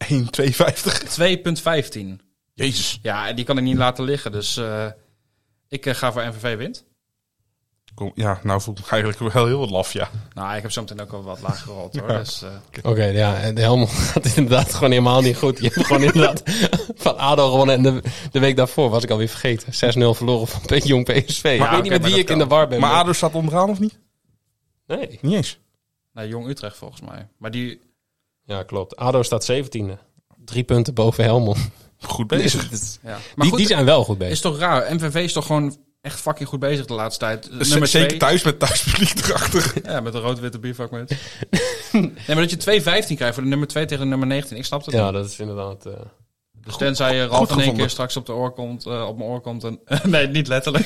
1,52. 2,15. Jezus. Ja, en die kan ik niet laten liggen. Dus ik ga voor MVV wint. Ja, nou voel ik me eigenlijk wel heel wat laf, ja. Nou, ik heb zo meteen ook wel wat lager gerold hoor. Dus, Oké, ja, en de Helmond gaat inderdaad gewoon helemaal niet goed. Je hebt gewoon inderdaad van ADO gewonnen. En de week daarvoor was ik alweer vergeten. 6-0 verloren van Jong PSV. Ik weet oké, niet met maar wie dat ik in de kan. war ben. Maar ADO staat onderaan of niet? Nee. Niet eens. nee, Jong Utrecht volgens mij. Maar die... Ja, klopt. ADO staat 17e. 3 punten boven Helmond. Goed bezig. Ja. Maar goed, Die zijn wel goed bezig. is toch raar. MVV is toch gewoon echt fucking goed bezig de laatste tijd. Zeker 2, thuis met thuispubliek erachter. ja, met een rood-witte biervak met. Nee, maar dat je 2,15 krijgt voor de nummer 2 tegen de nummer 19. Ik snap het Ja, niet. dat is inderdaad... Dus tenzij je Ralf goed in één gevonden. keer straks op mijn oor komt. En, nee, niet letterlijk.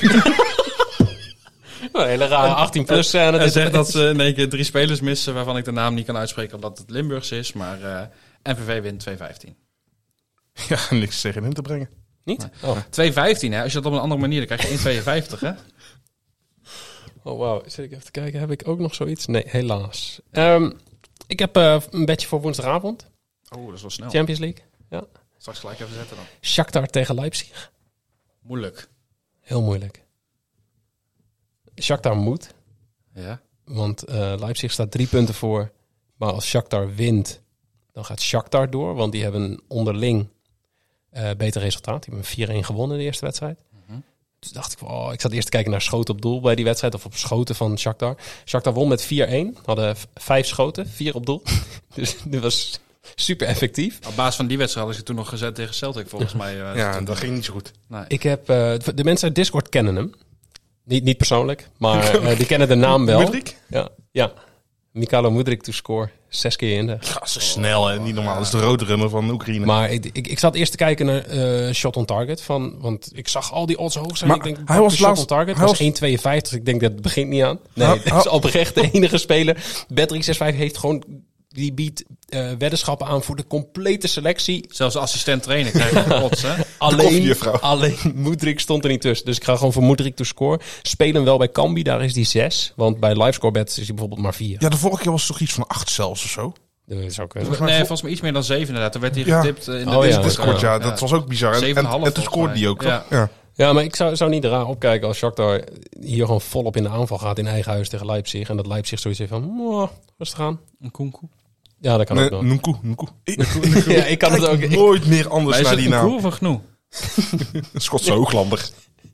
Een hele rare 18 plus scène. En zegt dat ze in één keer 3 spelers missen waarvan ik de naam niet kan uitspreken omdat het Limburgs is. Maar MVV wint 2,15. Ja, niks tegen hem te brengen. Niet? Oh, 2,15 hè. Als je dat op een andere manier, dan krijg je 1,52 hè. oh wauw. Zit ik even te kijken. Heb ik ook nog zoiets? Nee, helaas. Ik heb een bedje voor woensdagavond. Oh, dat is wel snel. Champions League. Ja. Straks gelijk even zetten dan. Shakhtar tegen Leipzig. Moeilijk. Heel moeilijk. Shakhtar moet. Ja. Want Leipzig staat 3 punten voor. Maar als Shakhtar wint, dan gaat Shakhtar door. Want die hebben een onderling beter resultaat. Die hebben 4-1 gewonnen in de eerste wedstrijd. Dus dacht ik, ik zat eerst te kijken naar schoten op doel bij die wedstrijd. Of op schoten van Shakhtar. Shakhtar won met 4-1. Hadden 5 schoten, 4 op doel. Dus dit was super effectief. Op basis van die wedstrijd hadden ze toen nog gezet tegen Celtic volgens mij. Ja, dat ging niet zo goed. Nee. Ik heb, de mensen uit Discord kennen hem. Niet persoonlijk, maar die kennen de naam wel. Mudryk? Ja. Mikhailo Mudryk to score. 6 keer in de... Ja, ze snel en niet normaal. Dat is de roodrunner van Oekraïne. Maar ik zat eerst te kijken naar shot on target. Want ik zag al die odds hoog zijn. Maar Ik denk, hij was shot laatst- on target. hij was was- 1,52. Ik denk, dat begint niet aan. Nee, Hij- dat is oprecht de enige speler. Bet365 heeft gewoon die biedt weddenschappen aan voor de complete selectie. Zelfs assistent trainer krijg je plots, hè? Alleen Moedrik stond er niet tussen. Dus ik ga gewoon voor Moedrik to score. Spelen wel bij Cambi, daar is die 6. Want bij LiveScoreBet is hij bijvoorbeeld maar 4. Ja, de vorige keer was het toch iets van 8 zelfs of zo? Dat zou kunnen. Nee, volgens mij iets meer dan 7 inderdaad. Toen werd hij Ja. getipt in de Oh, ja. Discord, ja. Ja. Dat was ook bizar. En 7,5 toen volgens scoorde mij. die ook, Ja. toch? Ja. Ja, maar ik zou niet raar opkijken als Shakhtar hier gewoon volop in de aanval gaat in eigen huis tegen Leipzig. En dat Leipzig zoiets heeft van, rustig aan. Een Kunku. Ja, dat kan ook nog. Nunku. Ja, ik kan het ook. Nooit meer anders Maar is naar het die een naam. Koe of een Gnoe? Een Schotse hooglander.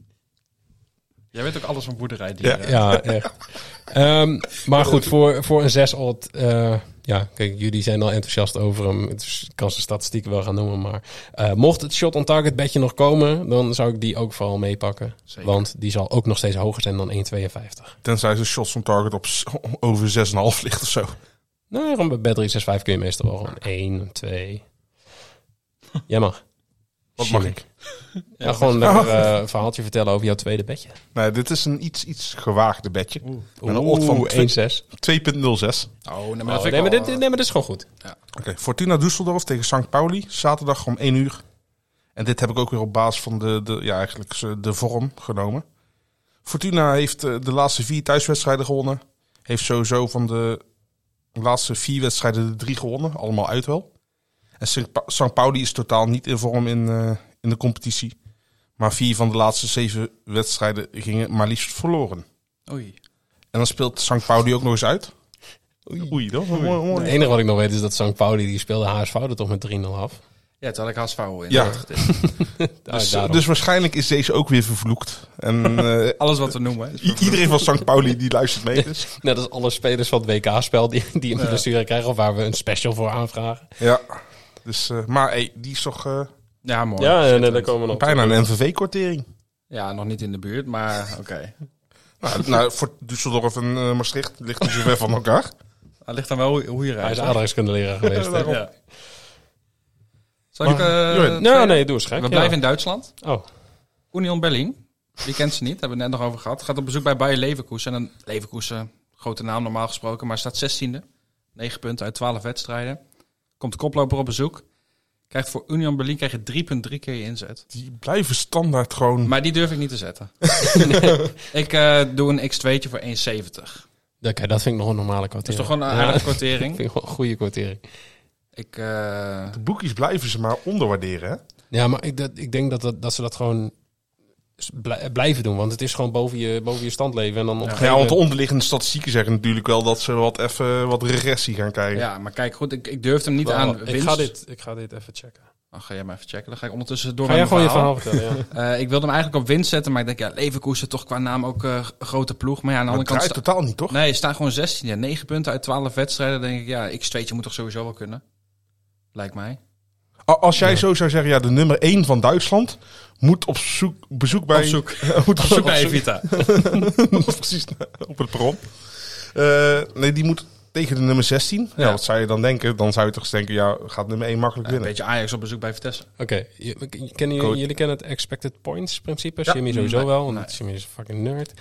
Jij weet ook alles van boerderijdieren. Ja, echt. Maar goed, voor een 6-odd... ja, kijk, jullie zijn al enthousiast over hem. Dus ik kan zijn statistieken wel gaan noemen. Maar mocht het shot on target bedje nog komen, dan zou ik die ook vooral meepakken. Zeker. Want die zal ook nog steeds hoger zijn dan 1,52. Tenzij ze shots on target op over 6,5 ligt of zo. Nou, gewoon bij Bet365 kun je meestal wel gewoon 1, 2... Jij mag. Wat mag ik? Ja, gewoon lekker een verhaaltje vertellen over jouw tweede bedje. Nee, dit is een iets gewaagde bedje. Met een odd van 1,6. 2,06. Oh, nee, maar dat vind Nee, ik maar wel, dit is gewoon goed. Oké, Fortuna Düsseldorf tegen St. Pauli. Zaterdag om 1 uur. En dit heb ik ook weer op basis van de vorm genomen. Fortuna heeft de laatste 4 thuiswedstrijden gewonnen. Heeft sowieso van de laatste 4 wedstrijden de 3 gewonnen. Allemaal uit wel. En St. Pauli is totaal niet in vorm in de competitie. Maar 4 van de laatste 7 wedstrijden gingen maar liefst verloren. Oei. En dan speelt St. Pauli ook nog eens uit. Oei, dat was mooi. Het enige wat ik nog weet is dat St. Pauli die speelde HSV er toch met 3-0 af. Ja, toen had ik HSV in. Ja. Daarom. Dus waarschijnlijk is deze ook weer vervloekt. En Alles wat we noemen. Hè. iedereen van St. Pauli die luistert mee. Dus. Net als alle spelers van het WK-spel die een blessure krijgen of waar we een special voor aanvragen. Ja. Dus, maar hey, die is toch Ja, mooi. Ja, Schitterend. daar komen we nog. bijna een NVV-kwartering. Ja, nog niet in de buurt, maar oké. Nou, voor Düsseldorf en Maastricht ligt niet zo ver van elkaar. Dat ligt dan wel hoe je Hij reist. is aardrijkskundeleraar geweest. hè? Ja. Zal ik... Nee, doe eens gek. We blijven in Duitsland. Oh, Union Berlin. Wie kent ze niet? Hebben we het net nog over gehad. Gaat op bezoek bij Bayer Leverkusen. En Leverkusen, grote naam normaal gesproken, maar staat 16e. 9 punten uit 12 wedstrijden. Komt de koploper op bezoek. Krijgt voor Union Berlin krijg je 3,3 keer je inzet. Die blijven standaard gewoon... Maar die durf ik niet te zetten. Ik doe een x2'tje voor 1,70. oké, dat vind ik nog een normale Dat kwartering. is toch gewoon een aardige kwartering. vind ik wel een goede kwartering. De boekies blijven ze maar onderwaarderen, hè? Ja, maar ik denk dat ze dat gewoon blijven doen. Want het is gewoon boven je stand leven. En dan op een gegeven Ja, want de moment- onderliggende statistieken zeggen natuurlijk wel dat ze wat regressie gaan krijgen. Ja, maar kijk goed, ik durf hem niet Wel, aan ik ga dit even checken. Ga jij maar even checken. Dan ga ik ondertussen door Ga jij met gewoon mijn je verhaal vertellen? Ja. Ik wilde hem eigenlijk op winst zetten, maar ik denk, ja, Leverkusen toch qua naam ook een grote ploeg. Maar ja, aan de Maar andere het kant... draait totaal niet, toch? Nee, je staat gewoon 16. Ja, 9 punten uit 12 wedstrijden. Dan denk ik, ja, x2'tje moet toch sowieso wel kunnen. Lijkt mij. Als jij zo zou zeggen, ja, de nummer 1 van Duitsland moet bezoek bij... Op zoek. moet op zoek bij bij Evita. Precies, op het perron. Nee, die moet tegen de nummer 16. Ja, Ja. wat zou je dan denken? Dan zou je toch denken, ja, gaat nummer 1 makkelijk Een winnen. beetje Ajax op bezoek bij Vitesse. Oké, jullie kennen het expected points principe? Ja. Jimmy sowieso Nee, wel, want nee. Jimmy is een fucking nerd.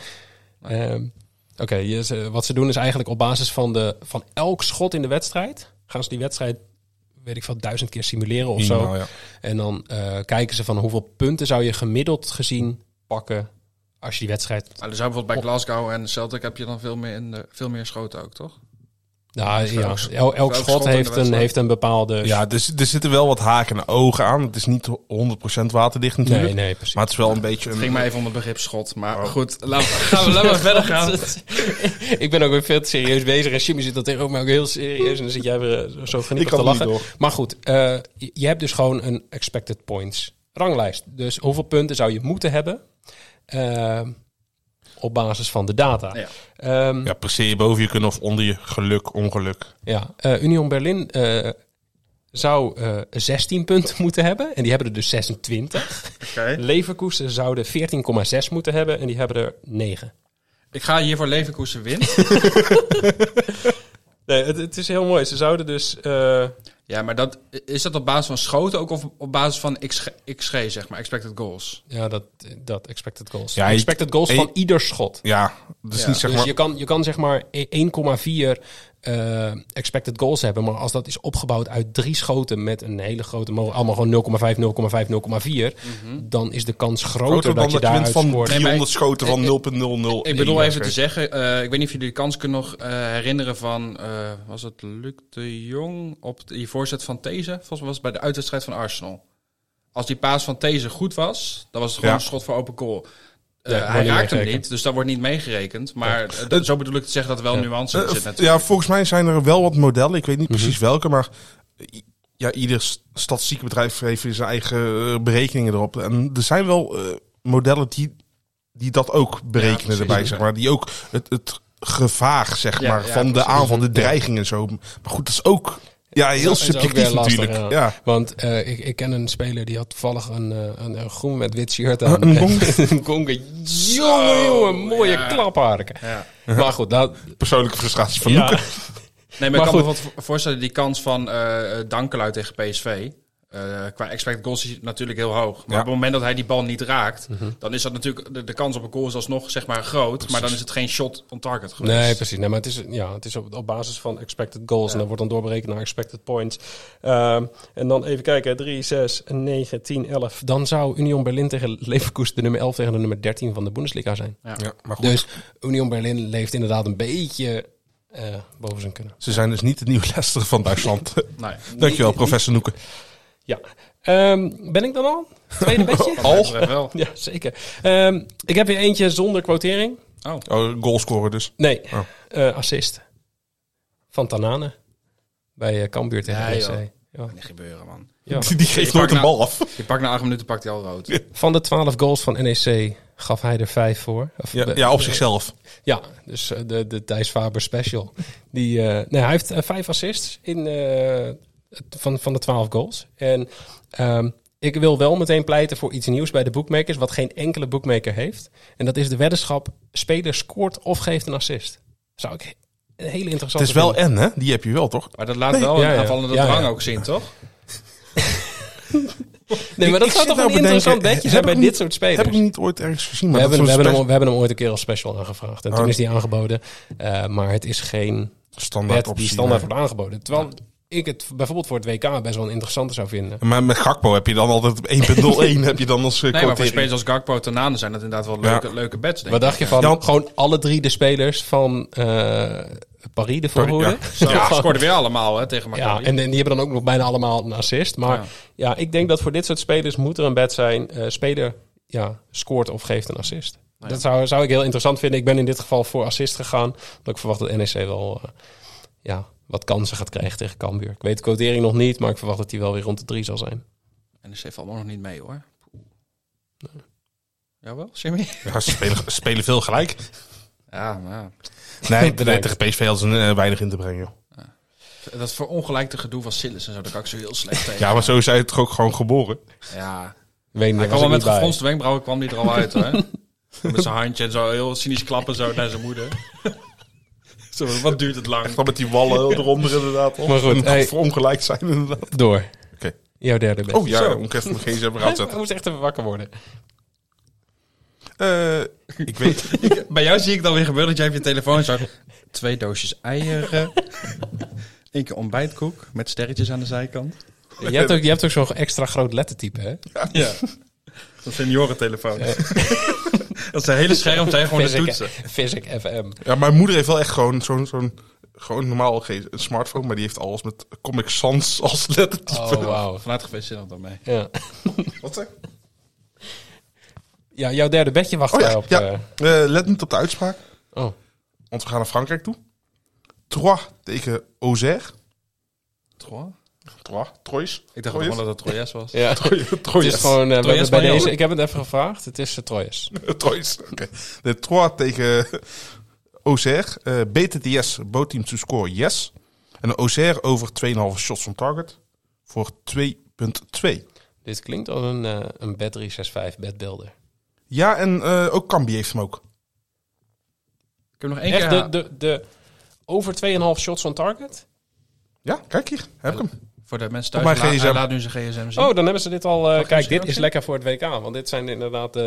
Oké, wat ze doen is eigenlijk op basis van elk schot in de wedstrijd, gaan ze die wedstrijd, weet ik veel, 1000 keer simuleren of zo. Minimaal, ja. En dan kijken ze van hoeveel punten zou je gemiddeld gezien pakken als je die wedstrijd... Nou, dus bijvoorbeeld bij Glasgow en Celtic heb je dan veel meer schoten ook, toch? Nou ja, elk elk schot schot in de wedstrijd. heeft een bepaalde... Ja, dus er zitten wel wat haken en ogen aan. Het is niet 100% waterdicht natuurlijk. nee, precies. Maar het is wel een beetje Het een... ging mij even om het begrip schot. Maar goed, laten we verder gaan. Ik ben ook weer veel te serieus bezig en Jimmy zit dan tegenover mij ook heel serieus. En dan zit jij weer zo geniepig te kan niet lachen. door. Maar goed, je hebt dus gewoon een expected points ranglijst. Dus hoeveel punten zou je moeten hebben op basis van de data. Ja. Ja, presteer je boven je kunnen of onder je geluk, ongeluk. Union Berlin zou 16 punten moeten hebben. En die hebben er dus 26. Oké. Leverkusen zouden 14,6 moeten hebben. En die hebben er 9. Ik ga hier voor Leverkusen winnen. Nee, het is heel mooi. Ze zouden dus... Ja, maar is dat op basis van schoten ook of op basis van XG, zeg maar, expected goals? Ja, dat expected goals. Ja, Expected goals van ieder schot. Ja, dus Ja, niet zeg Dus maar... je kan zeg maar 1,4 expected goals hebben. Maar als dat is opgebouwd uit 3 schoten met een hele grote... allemaal gewoon 0,5, 0,5, 0,4... dan is de kans groter dat je wint daaruit van scoort. 300 schoten van 0,00. Ik bedoel even te zeggen, ik weet niet of jullie de kans kunnen nog herinneren van... was het Luc de Jong op die voorzet van These? Volgens mij was het bij de uitwedstrijd van Arsenal. Als die paas van These goed was, dan was het gewoon een schot voor open goal. Hij raakt hem niet, dus dat wordt niet meegerekend. Maar zo bedoel ik te zeggen dat er wel nuance in zit natuurlijk. Ja, volgens mij zijn er wel wat modellen. Ik weet niet precies welke, maar ieder statistieke bedrijf heeft zijn eigen berekeningen erop. En er zijn wel modellen die dat ook berekenen precies, erbij, zeg maar. Die ook het gevaar, zeg maar, van de aanval, de dreiging en zo. Maar goed, dat is ook heel subjectief natuurlijk. Ja. Want ik ken een speler die had toevallig een groen met wit shirt aan. Een gonge. Jongen, mooie klapharken. Ja. Maar goed, persoonlijke frustratie van Luca. Nee, maar ik kan me wat voorstellen, die kans van Dankelui tegen PSV... qua expected goals is natuurlijk heel hoog. Maar op het moment dat hij die bal niet raakt... dan is dat natuurlijk... De kans op een goal is alsnog zeg maar groot. Precies. Maar dan is het geen shot on target geweest. Nee, precies. Nee, maar het is op basis van expected goals. En dat wordt dan doorberekend naar expected points. En dan even kijken. 3, 6, 9, 10, 11. Dan zou Union Berlin tegen Leverkusen de nummer 11 tegen de nummer 13 van de Bundesliga zijn. Ja, maar goed. Dus Union Berlin leeft inderdaad een beetje... boven zijn kunnen. Ze zijn dus niet het nieuwe Leicester van Duitsland. Nee. Dankjewel, professor Noeke. Ja. Ben ik dan al? Tweede bedje? Wel. Ja, zeker. Ik heb weer eentje zonder quotering. Goalscorer dus. Nee, assist. Van Tanane. Bij Cambuur tegen NEC. Ja. Niet gebeuren, man. Ja. Die geeft nooit een bal af. Je pakt na 8 minuten pakt hij al rood. Van de 12 goals van NEC gaf hij er 5 voor. Op zichzelf. Ja, dus de Thijs Faber special. Hij heeft 5 assists van de 12 goals. En ik wil wel meteen pleiten voor iets nieuws bij de bookmakers, wat geen enkele bookmaker heeft. En dat is de weddenschap: speler scoort of geeft een assist. Zou ik een hele interessante. Het is wel hè? Die heb je wel, toch? Maar dat laat wel een aanvallende drang ook zien, toch? Nee, maar dat zou toch een interessant bedje zijn bij dit soort spelers. Heb ik niet ooit ergens gezien. Maar we hebben hem ooit een keer als special aangevraagd. En toen is die aangeboden. Maar het is geen standaard bed die standaard wordt aangeboden. Terwijl ik het bijvoorbeeld voor het WK best wel een interessante zou vinden. Maar met Gakpo heb je dan altijd 1.01 heb je dan als nee, maar voor spelers als Gakpo en Tanane zijn dat inderdaad wel leuke bets. Wat dacht je van gewoon alle 3 de spelers van Paris de voorhoede? Scoorden weer allemaal tegen elkaar. Ja, en die hebben dan ook nog bijna allemaal een assist. Maar ik denk dat voor dit soort spelers moet er een bet zijn. Speler scoort of geeft een assist. Dat zou ik heel interessant vinden. Ik ben in dit geval voor assist gegaan. Omdat ik verwacht dat NEC wel wat kansen gaat krijgen tegen Cambuur. Ik weet de quotering nog niet, maar ik verwacht dat die wel weer rond de 3 zal zijn. NEC valt nog niet mee, hoor. Nee. Jawel, Jimmy? Ja, ze spelen veel gelijk. Ja, maar... Nee, tegen PSV hadden ze weinig in te brengen. Ja. Dat verongelijkte gedoe van Sillis en zo, dat kan ik zo heel slecht tegen. Ja, maar zo is hij toch ook gewoon geboren? Ja. Weet niet, hij kwam al met gefronste wenkbrauwen, kwam die er al uit, hoor. Met zijn handje en zo heel cynisch klappen zo naar zijn moeder. Zo, wat duurt het lang? Echt met die wallen eronder inderdaad. Maar goed, verongelijkt zijn inderdaad. Door. Oké. Jouw derde bed. Oh ja, moet ik even mijn gsm eruit zetten. Hij moest echt even wakker worden. Ik weet... Bij jou zie ik dan weer gebeuren dat jij op je telefoon zo... 2 doosjes eieren. 1 keer ontbijtkoek met sterretjes aan de zijkant. Je hebt ook zo'n extra groot lettertype, hè? Ja. Dat seniorentelefoon. Ja. Dat is een hele scherm, zijn gewoon de toetsen. Physic FM. Ja, mijn moeder heeft wel echt gewoon gewoon normaal geen smartphone, maar die heeft alles met Comic Sans als lettertype. Oh, wauw. Vanuit gefeliciteerd dan mee. Ja. Wat zeg? Ja, jouw derde bedje wacht wij op. Ja. Let niet op de uitspraak. Oh. Want we gaan naar Frankrijk toe. Troyes tegen Auxerre. Troyes. Ik dacht gewoon dat het Troyes was. Ja. Troyes. Het is gewoon, bij deze, ik heb het even gevraagd. Het is Troyes. Troyes, oké. De Troyes tegen Auxerre. BTTS, both teams to score, yes. En Auxerre over 2,5 shots on target voor 2,2. Dit klinkt als een bet 365 bedbuilder. Ja, en ook Cambi heeft hem ook. Ik heb nog één keer... De over 2,5 shots on target? Ja, kijk hier. Heb ik hem. Voor de mensen thuis, laat nu zijn gsm zien. Oh, dan hebben ze dit al... kijk, dit is lekker voor het WK. Want dit is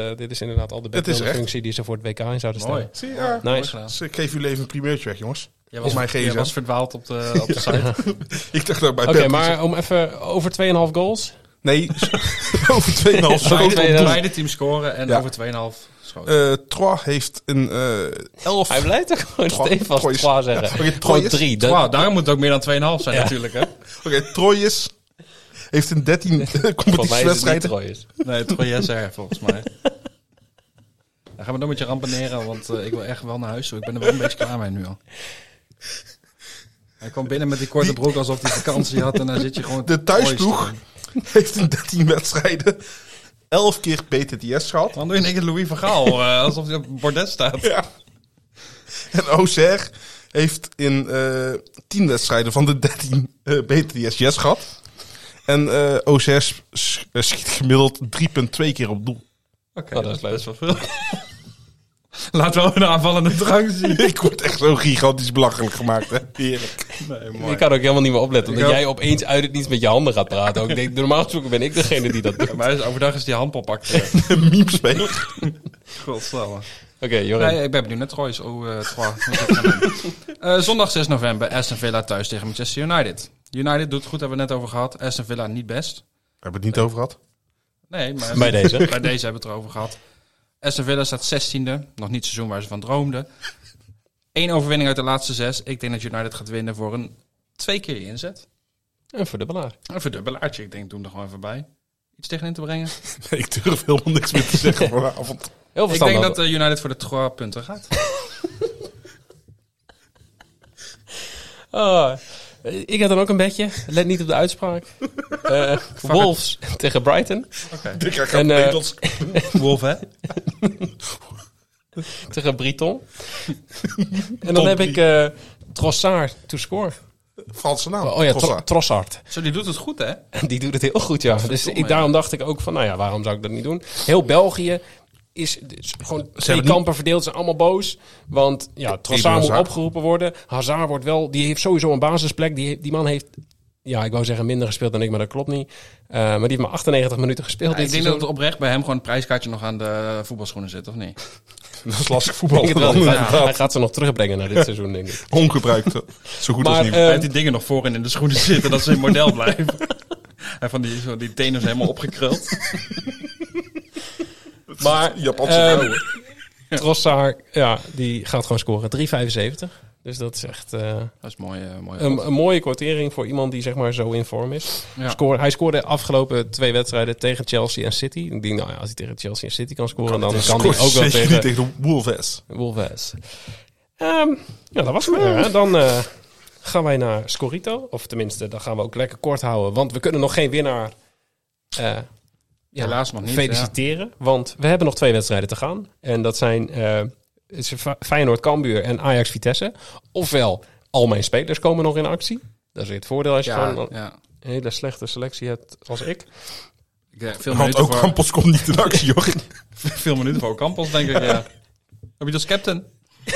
inderdaad al de bedbuilder functie die ze voor het WK in zouden stellen. Mooi. Zie je, ja. Nice. Dus ik geef jullie even een primeurtje weg, jongens. was mijn Je gsm. was verdwaald op de site. Ik dacht dat bij Oké, Pep- maar om even over 2,5 goals. Nee, over 2,5 schoten. Beide teams scoren en Ja. over 2,5 schoten. Troyes heeft een 11... Hij blijft ook gewoon stevast Troyes. 3 zeggen. Oké, Gewoon Troyes. 3. Wow, daarom moet het ook meer dan 2,5 zijn Ja. natuurlijk, hè? Oké, Troyes heeft een 13 Volgens mij is het niet competitiewedstrijden. Troyes. Nee, Troyes volgens mij. Dan gaan we nog met je rampaneren, want ik wil echt wel naar huis toe. Ik ben er wel een beetje klaar mee nu al. Hij kwam binnen met die korte broek alsof hij vakantie had en dan zit je gewoon... De thuisploeg heeft in 13 wedstrijden 11 keer BTTS gehad. Dan doe je in één keer Louis van Gaal, alsof hij op het bordes staat. Ja. En Auxerre heeft in 10 wedstrijden van de 13 BTTS yes gehad. En Auxerre schiet gemiddeld 3,2 keer op doel. Oké, Oh, dat is best wel veel. Laat wel een aanvallende drang zien. Ik word echt zo gigantisch belachelijk gemaakt, hè. Heerlijk. Nee, mooi. Ik kan ook helemaal niet meer opletten. Omdat Ik ook. jij opeens uit het niets met je handen gaat praten. Ook. Ik denk, normaal gesproken ben ik degene die dat doet. Oké, Maar overdag is die handpop pakt. Een meme-speler. Godsamme. Joren. Nee, ik ben benieuwd naar Troyes. Troyes. Moet ik gaan doen. Zondag 6 november, Aston Villa thuis tegen Manchester United. United doet het goed, hebben we het net over gehad. Aston Villa niet best. Hebben we het niet over gehad? Nee, maar Bij deze. Bij deze hebben we het erover gehad. Aston Villa staat 16e. Nog niet het seizoen waar ze van droomden. 1 overwinning uit de laatste 6. Ik denk dat United gaat winnen voor een 2 keer die inzet. Een verdubbelaar. Een verdubbelaartje. Ik denk, doen er gewoon even bij. Iets tegenin te brengen. Nee, ik durf helemaal niks meer te zeggen vanavond. Heel Ik verstandig. denk dat United voor de 3 punten gaat. Oh, ik had dan ook een bedje. Let niet op de uitspraak. Wolves tegen Brighton. Oké. Ik krijg En, Nederlands. Wolf, hè? Tegen Brighton. En dan heb ik Trossard to score. Franse naam. Oh ja, Trossard. Trossard. Zo, die doet het goed, hè? En die doet het heel goed, ja. Dus verdomme, daarom dacht ik ook van, nou ja, waarom zou ik dat niet doen? Heel België is gewoon twee hebben kampen verdeeld, zijn allemaal boos. Want ja, Trossard moet Hazard. opgeroepen worden. Hazard wordt wel, die heeft sowieso een basisplek. Die man heeft, ja, ik wou zeggen minder gespeeld dan ik, maar dat klopt niet. Maar die heeft maar 98 minuten gespeeld. Ja, ik denk dat het oprecht bij hem gewoon een prijskaartje nog aan de voetbalschoenen zit, of niet? Dat is lastig voetbal. Ik denk het wel. Dan, Hij inderdaad. gaat ze nog terugbrengen naar dit seizoen, denk ik. Ongebruikt. Zo goed als Maar niet. Hij heeft die dingen nog voor in de schoenen zitten, dat ze in model blijven. En van die tenen zijn helemaal opgekruld. Maar Japanse vrouwen. Trossard, ja, die gaat gewoon scoren. 3,75. Dus dat is echt Dat is mooi. een mooie kwartering voor iemand die zeg maar zo in vorm is. Ja. Hij scoorde de afgelopen 2 wedstrijden tegen Chelsea en City. Ik denk, nou ja, als hij tegen Chelsea en City kan scoren, dan kan hij Scoort ook wel zeker tegen niet tegen de Wolves. Wolves. Ja, dat was het weer. Hè? Dan gaan wij naar Scorito. Of tenminste, dan gaan we ook lekker kort houden. Want we kunnen nog geen winnaar Helaas nog niet. feliciteren. Want we hebben nog 2 wedstrijden te gaan. En dat zijn Feyenoord-Cambuur en Ajax-Vitesse. Ofwel, al mijn spelers komen nog in actie. Dat is weer het voordeel als je gewoon Ja. een hele slechte selectie hebt als ik. Veel Want minuten ook voor, Campos komt niet in actie, hoor. veel minuten voor Campos, denk ik. Ja. Heb je dat als captain?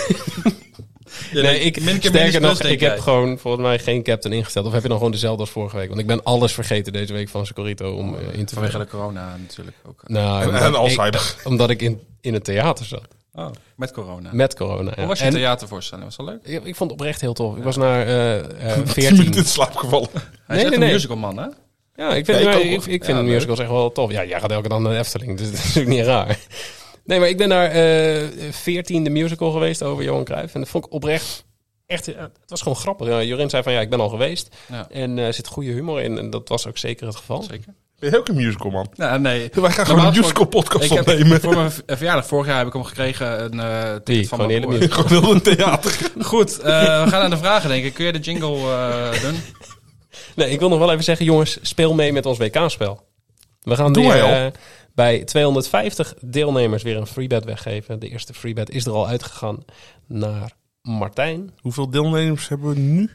Nee, ik, min keer sterker minus nog, plus, denk ik heb jij. gewoon volgens mij geen captain ingesteld. Of heb je dan gewoon dezelfde als vorige week? Want ik ben alles vergeten deze week van Scorito om in te Vanwege vullen. de corona natuurlijk ook. Nou, En omdat Alzheimer. omdat ik in het theater zat. Oh, met corona. Met corona. Ja. Hoe was je En theatervoorstelling? Was dat leuk? ik vond het oprecht heel tof. Ik was naar 10 14. minuten in slaap gevallen. Hij is echt nee. een musicalman, hè? Ja, ik vind, Ja, ik ook, ik hoor. vind Ja, de leuk. musicals echt wel tof. Ja, jij gaat elke dag naar de Efteling, dus dat is natuurlijk niet raar. Nee, maar ik ben naar 14 de musical geweest over Johan Cruijff. En dat vond ik oprecht echt... ja, het was gewoon grappig. Ja, Jorin zei van, ja, ik ben al geweest. Ja. En er zit goede humor in. En dat was ook zeker het geval. Zeker. Ben je ook een musical, man? Nou, nee. Wij gaan gewoon Normaal een musical podcast Ik heb opnemen. voor mijn verjaardag vorig jaar heb ik hem gekregen een Die, ticket van gewoon mijn de hele broer. musical. Gewoon heel een theater. Goed, we gaan naar de vragen, denk ik. Kun je de jingle doen? Nee, ik wil nog wel even zeggen, jongens, speel mee met ons WK-spel. We gaan Doen weer wij al? bij 250 deelnemers weer een freebet weggeven. De eerste freebet is er al uitgegaan naar Martijn. Hoeveel deelnemers hebben we nu?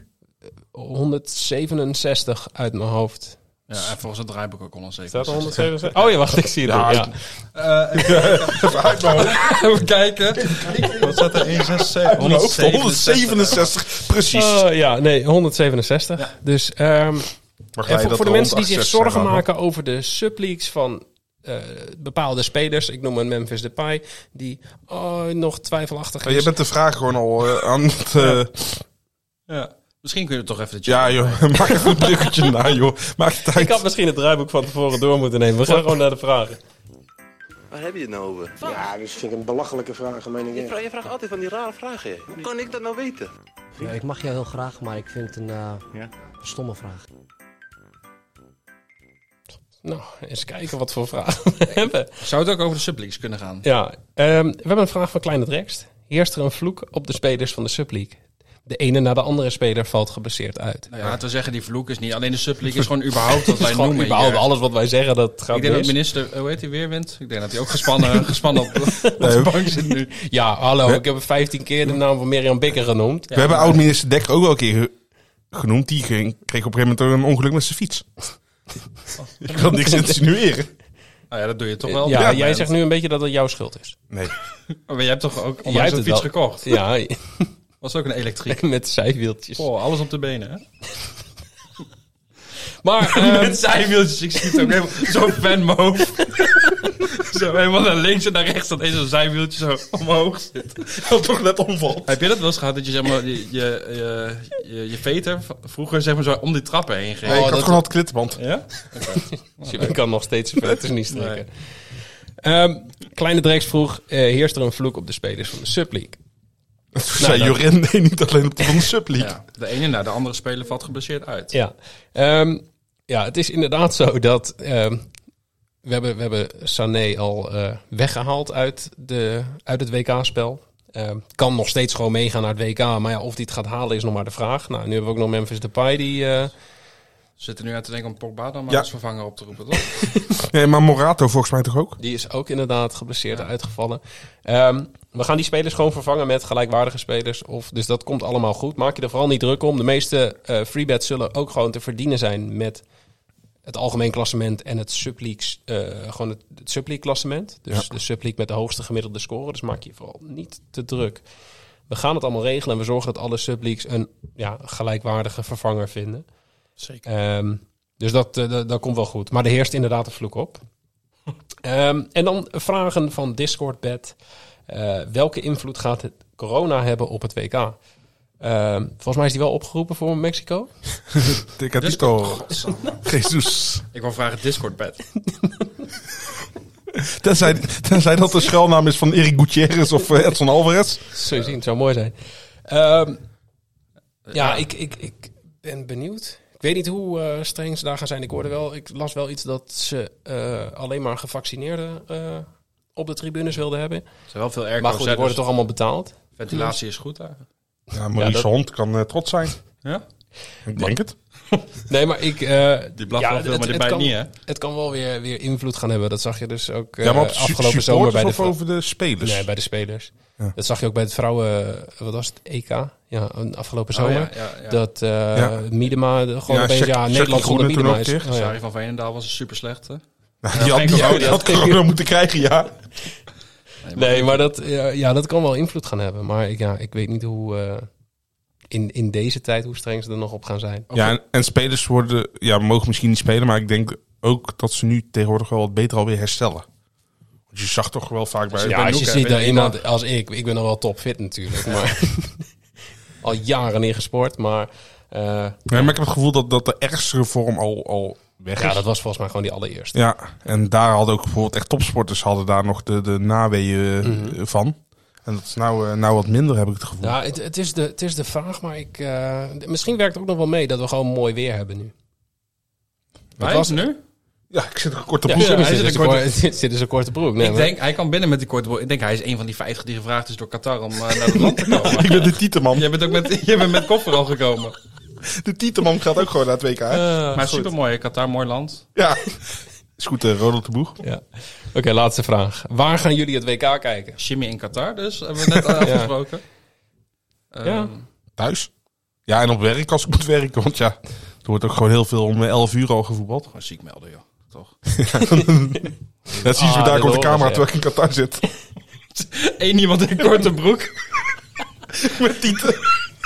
167 uit mijn hoofd. Ja, en volgens het draaiboek ook 107. Staat er 167? Oh ja, wacht, ik zie het. Ja. Even uit mijn hoofd. Even kijken. Wat staat er? 167. 167, precies. Ja, nee, 167. Dus Maar ga je dat voor de mensen die zich 168 zorgen zeggen, maken over de subleagues van bepaalde spelers, ik noem een Memphis Depay, die nog twijfelachtig man? is. Je bent de vraag gewoon al aan het Ja. Misschien kun je toch even de Ja, joh. Maak even een bruggetje na, joh. Maak het Ik uit. had misschien het draaiboek van tevoren door moeten nemen. We gaan gewoon naar de vragen. Waar heb je het nou over? Ja, dat vind ik een belachelijke vraag, meen ik. Je vraagt altijd van die rare vragen. Hè. Hoe kan ik dat nou weten? Ja, ik mag jou heel graag, maar ik vind het een stomme vraag. Nou, eens kijken wat voor vragen we hebben. Zou het ook over de subleagues kunnen gaan? Ja, we hebben een vraag van Kleine Drekst. Heerst er een vloek op de spelers van de subleague? De ene na de andere speler valt geblesseerd uit. Nou ja, te zeggen die vloek is niet alleen de subleague, is gewoon überhaupt wat wij Gewoon noemen. überhaupt hier. alles wat wij zeggen, dat gaat Ik denk dat mis. minister, hoe heet hij weer, wint? Ik denk dat hij ook gespannen op de bank zit nu. Ja, hallo, ik heb 15 keer de naam van Mirjam Bikker genoemd. We hebben oud-minister Dekker ook wel een keer genoemd. Die kreeg op een gegeven moment een ongeluk met zijn fiets. Ik wil niks insinueren. Nou ja, dat doe je toch wel. Ja, op dit jij moment. zegt nu een beetje dat het jouw schuld is. Nee. Maar jij hebt toch ook Jij onlangs hebt een het fiets wel. gekocht? Ja, Was ook een elektriek. met zijwieltjes. Oh, alles op de benen, hè? Maar Met zijwieltjes, ik zie het ook helemaal zo fan mijn hoofd. Zo helemaal naar links en naar rechts, dat is zo'n zijwieltje zo omhoog zit. Dat toch net omvalt. Heb je dat wel eens gehad, dat je zeg maar je veter vroeger zeg maar zo om die trappen heen ging? Nee, ik had dat- gewoon altijd klittenband. Ja? ik kan nog steeds zijn vetters niet strikken. Kleine Dreeks vroeg, heerst er een vloek op de spelers van de subleague? Toen zei Jorin, nee, niet alleen op de van de subleague. Ja, de ene na de andere speler valt geblesseerd uit. Ja, ja, het is inderdaad zo dat we hebben Sané al weggehaald uit het WK-spel. Kan nog steeds gewoon meegaan naar het WK, maar ja, of hij het gaat halen is nog maar de vraag. Nou, nu hebben we ook nog Memphis Depay die... We zitten nu aan te denken om Pogba dan maar Ja. als vervanger op te roepen, toch? Nee, maar Morato volgens mij toch ook? Die is ook inderdaad geblesseerd uitgevallen. We gaan die spelers gewoon vervangen met gelijkwaardige spelers. Dus dat komt allemaal goed. Maak je er vooral niet druk om. De meeste freebets zullen ook gewoon te verdienen zijn met het algemeen klassement en het subleague, gewoon het subleague klassement. Dus de subleague met de hoogste gemiddelde score. Dus maak je vooral niet te druk. We gaan het allemaal regelen en we zorgen dat alle subleagues een gelijkwaardige vervanger vinden. Zeker. Dus dat komt wel goed. Maar er heerst inderdaad een vloek op. En dan vragen van Discordbet. Welke invloed gaat het corona hebben op het WK? Volgens mij is die wel opgeroepen voor Mexico. Tecatito. Jesus. Ik wil vragen Discord-bed. Tenzij dat de schuilnaam is van Eric Gutierrez of Edson Alvarez. Zul je zien, het zou mooi zijn. Ik ben benieuwd. Ik weet niet hoe streng ze daar gaan zijn. Ik las wel iets dat ze alleen maar gevaccineerden op de tribunes wilden hebben. Er zijn wel veel airco's. Maar goed, die worden toch allemaal betaald? Ventilatie is goed eigenlijk. Ja, Maurice Hond kan trots zijn. Ja? Ik denk het. Nee, maar ik... Die blaft wel veel, maar die bijt niet, hè? Het kan wel weer invloed gaan hebben. Dat zag je dus ook Ja, maar op afgelopen zomer bij de... of over de spelers? Nee, bij de spelers. Ja. Dat zag je ook bij het vrouwen... Wat was het? EK? Ja, afgelopen zomer. Ja. Dat Miedema gewoon opeens... Jackie Nederland zonder Groene toen Miedema ook is. tegen. Oh, ja. Sari van Veenendaal was super slecht, hè? Nou, die had corona moeten krijgen, ja. Nee, maar dat kan wel invloed gaan hebben. Maar ik weet niet hoe... In deze tijd, hoe streng ze er nog op gaan zijn. Ja, en spelers mogen misschien niet spelen, maar ik denk ook dat ze nu tegenwoordig wel wat beter alweer herstellen. Want je zag toch wel vaak bij... Ja, als je Noek, ziet hè, dat weet iemand als ik ben nog wel topfit natuurlijk, maar al jaren niet gesport, maar... Nee, maar ik heb het gevoel dat de ergste vorm al weg is. Ja, dat was volgens mij gewoon die allereerste. Ja, en daar hadden ook bijvoorbeeld echt topsporters hadden daar nog de naweeën van. En dat is nou wat minder, heb ik het gevoel. Ja, het is de vraag, maar misschien werkt het ook nog wel mee dat we gewoon mooi weer hebben nu. Wij was nu? Ja, ik zit er een korte Ja, broek in. hij zit in zijn korte broek. Nee, Ik denk, hij kan binnen met die korte broek. Ik denk, hij is een van die 50 die gevraagd is door Qatar om naar het land te komen. Ik ben de Tieteman. Jij bent met koffer al gekomen. De Tieteman gaat ook gewoon naar het WK. hè? Maar super mooi, Qatar, mooi land. Ja. Is goed, Ronald de Boeg. Ja. Oké, laatste vraag. Waar gaan jullie het WK kijken? Jimmy in Qatar, dus hebben we net afgesproken. Ja. Thuis. Ja, en op werk als ik moet werken. Want ja, er wordt ook gewoon heel veel om 11 uur al gevoetbald. Gewoon ziek melden, joh. Toch? Dat zien ze Ah, daar dit op de camera horen ze, terwijl ik in Qatar zit. Eén iemand in een korte broek. Met Tieten.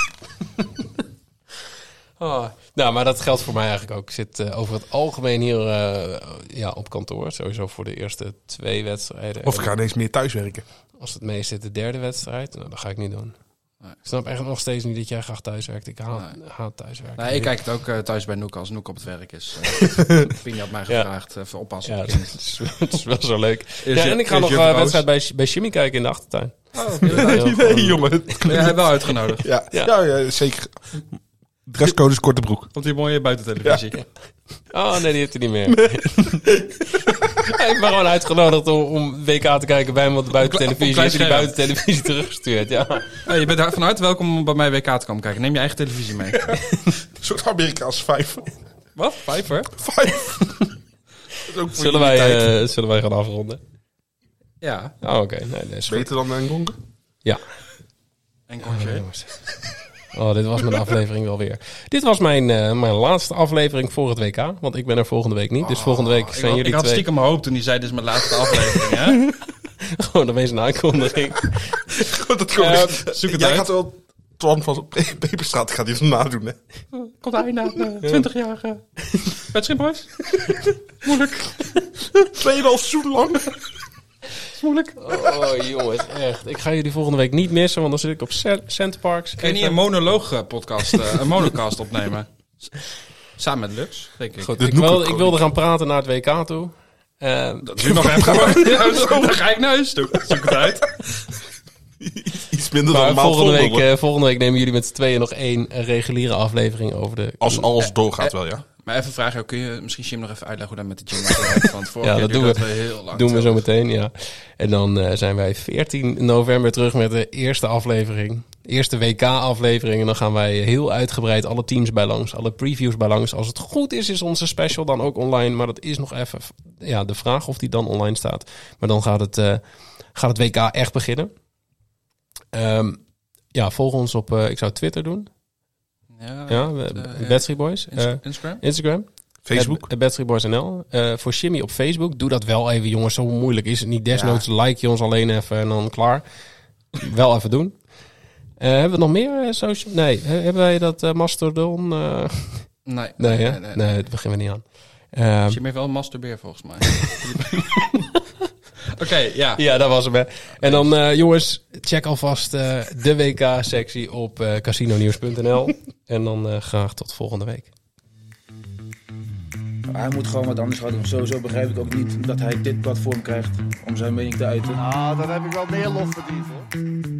Nou, maar dat geldt voor mij eigenlijk ook. Ik zit over het algemeen hier op kantoor. Sowieso voor de eerste 2 wedstrijden. Of ik ga ineens meer thuiswerken. Als het meest zit de derde wedstrijd, nou, dat ga ik niet doen. Ik snap echt nog steeds niet dat jij graag thuiswerkt. Ik haat thuiswerken. Nee, ik kijk het ook thuis bij Noek als Noek op het werk is. Pien had mij gevraagd, even oppassen. Ja, het is wel zo leuk. Is en ik ga nog een wedstrijd bij Jimmy kijken in de achtertuin. Nee, jongen. Ja, hij wel uitgenodigd. Ja, zeker. Dresscode is korte broek. Komt die mooie buitentelevisie. Ja. Oh, nee, die heeft hij niet meer. Ik ben gewoon uitgenodigd om WK te kijken bij hem op de buitentelevisie. Heeft hij die buitentelevisie teruggestuurd, ja. Hey, je bent daar vanuit welkom om bij mij WK te komen kijken. Neem je eigen televisie mee. Een soort Amerikaans Vijver. Wat? Vijver? Zullen wij gaan afronden? Ja. Oh, oké. Nee, dat is beter dan een gong? Ja. En gongje. Oh, dit was mijn aflevering wel weer. Dit was mijn laatste aflevering voor het WK. Want ik ben er volgende week niet. Dus volgende week zijn jullie Ik had stiekem mijn hoop toen hij zei, dit is mijn laatste aflevering, hè? Gewoon opeens een aankondiging. Zoek het Jij uit. Gaat wel Twan van Peperstraat gaat hij nadoen, hè? Komt hij na 20-jarige Petschip Boys? Moeilijk. 2,5 zoen lang. Moeilijk. Oh, jongens, echt. Ik ga jullie volgende week niet missen, want dan zit ik op Centerparks. Kun je niet een monoloog-podcast, een monocast opnemen? Samen met Lux, denk ik. Goed, ik wilde gaan praten naar het WK toe. Dat is nog even gewoon. Dan ga ik naar huis toe. Zoek het uit. Iets minder dan normaal. Volgende week nemen jullie met z'n tweeën nog 1 reguliere aflevering over de... Als alles doorgaat wel, ja. Maar even vragen, kun je misschien Jim nog even uitleggen hoe dat met de gym werkt? Want vorige ja, keer dat heel lang. Doen we zo meteen, ja. En dan zijn wij 14 november terug met de eerste aflevering. Eerste WK-aflevering. En dan gaan wij heel uitgebreid alle teams bij langs. Alle previews bij langs. Als het goed is onze special dan ook online. Maar dat is nog even de vraag of die dan online staat. Maar dan gaat het WK echt beginnen. Volg ons op... ik zou Twitter doen. Backstreet Boys. Instagram. Facebook. Backstreet Boys NL. Voor Jimmy op Facebook. Doe dat wel even, jongens. Zo moeilijk is het niet. Desnoods like je ons alleen even en dan klaar. Wel even doen. Hebben we nog meer social? Nee. Hebben wij dat Mastodon? Nee, dat beginnen we niet aan. Jimmy heeft wel een masturbeer volgens mij. Oké, ja. Ja, dat was hem. Hè. En dan, jongens, check alvast de WK-sectie op casinonieuws.nl. En dan graag tot volgende week. Hij moet gewoon wat anders gaan doen. Sowieso begrijp ik ook niet dat hij dit platform krijgt om zijn mening te uiten. Nou, dan heb ik wel meer lof verdiend, hoor.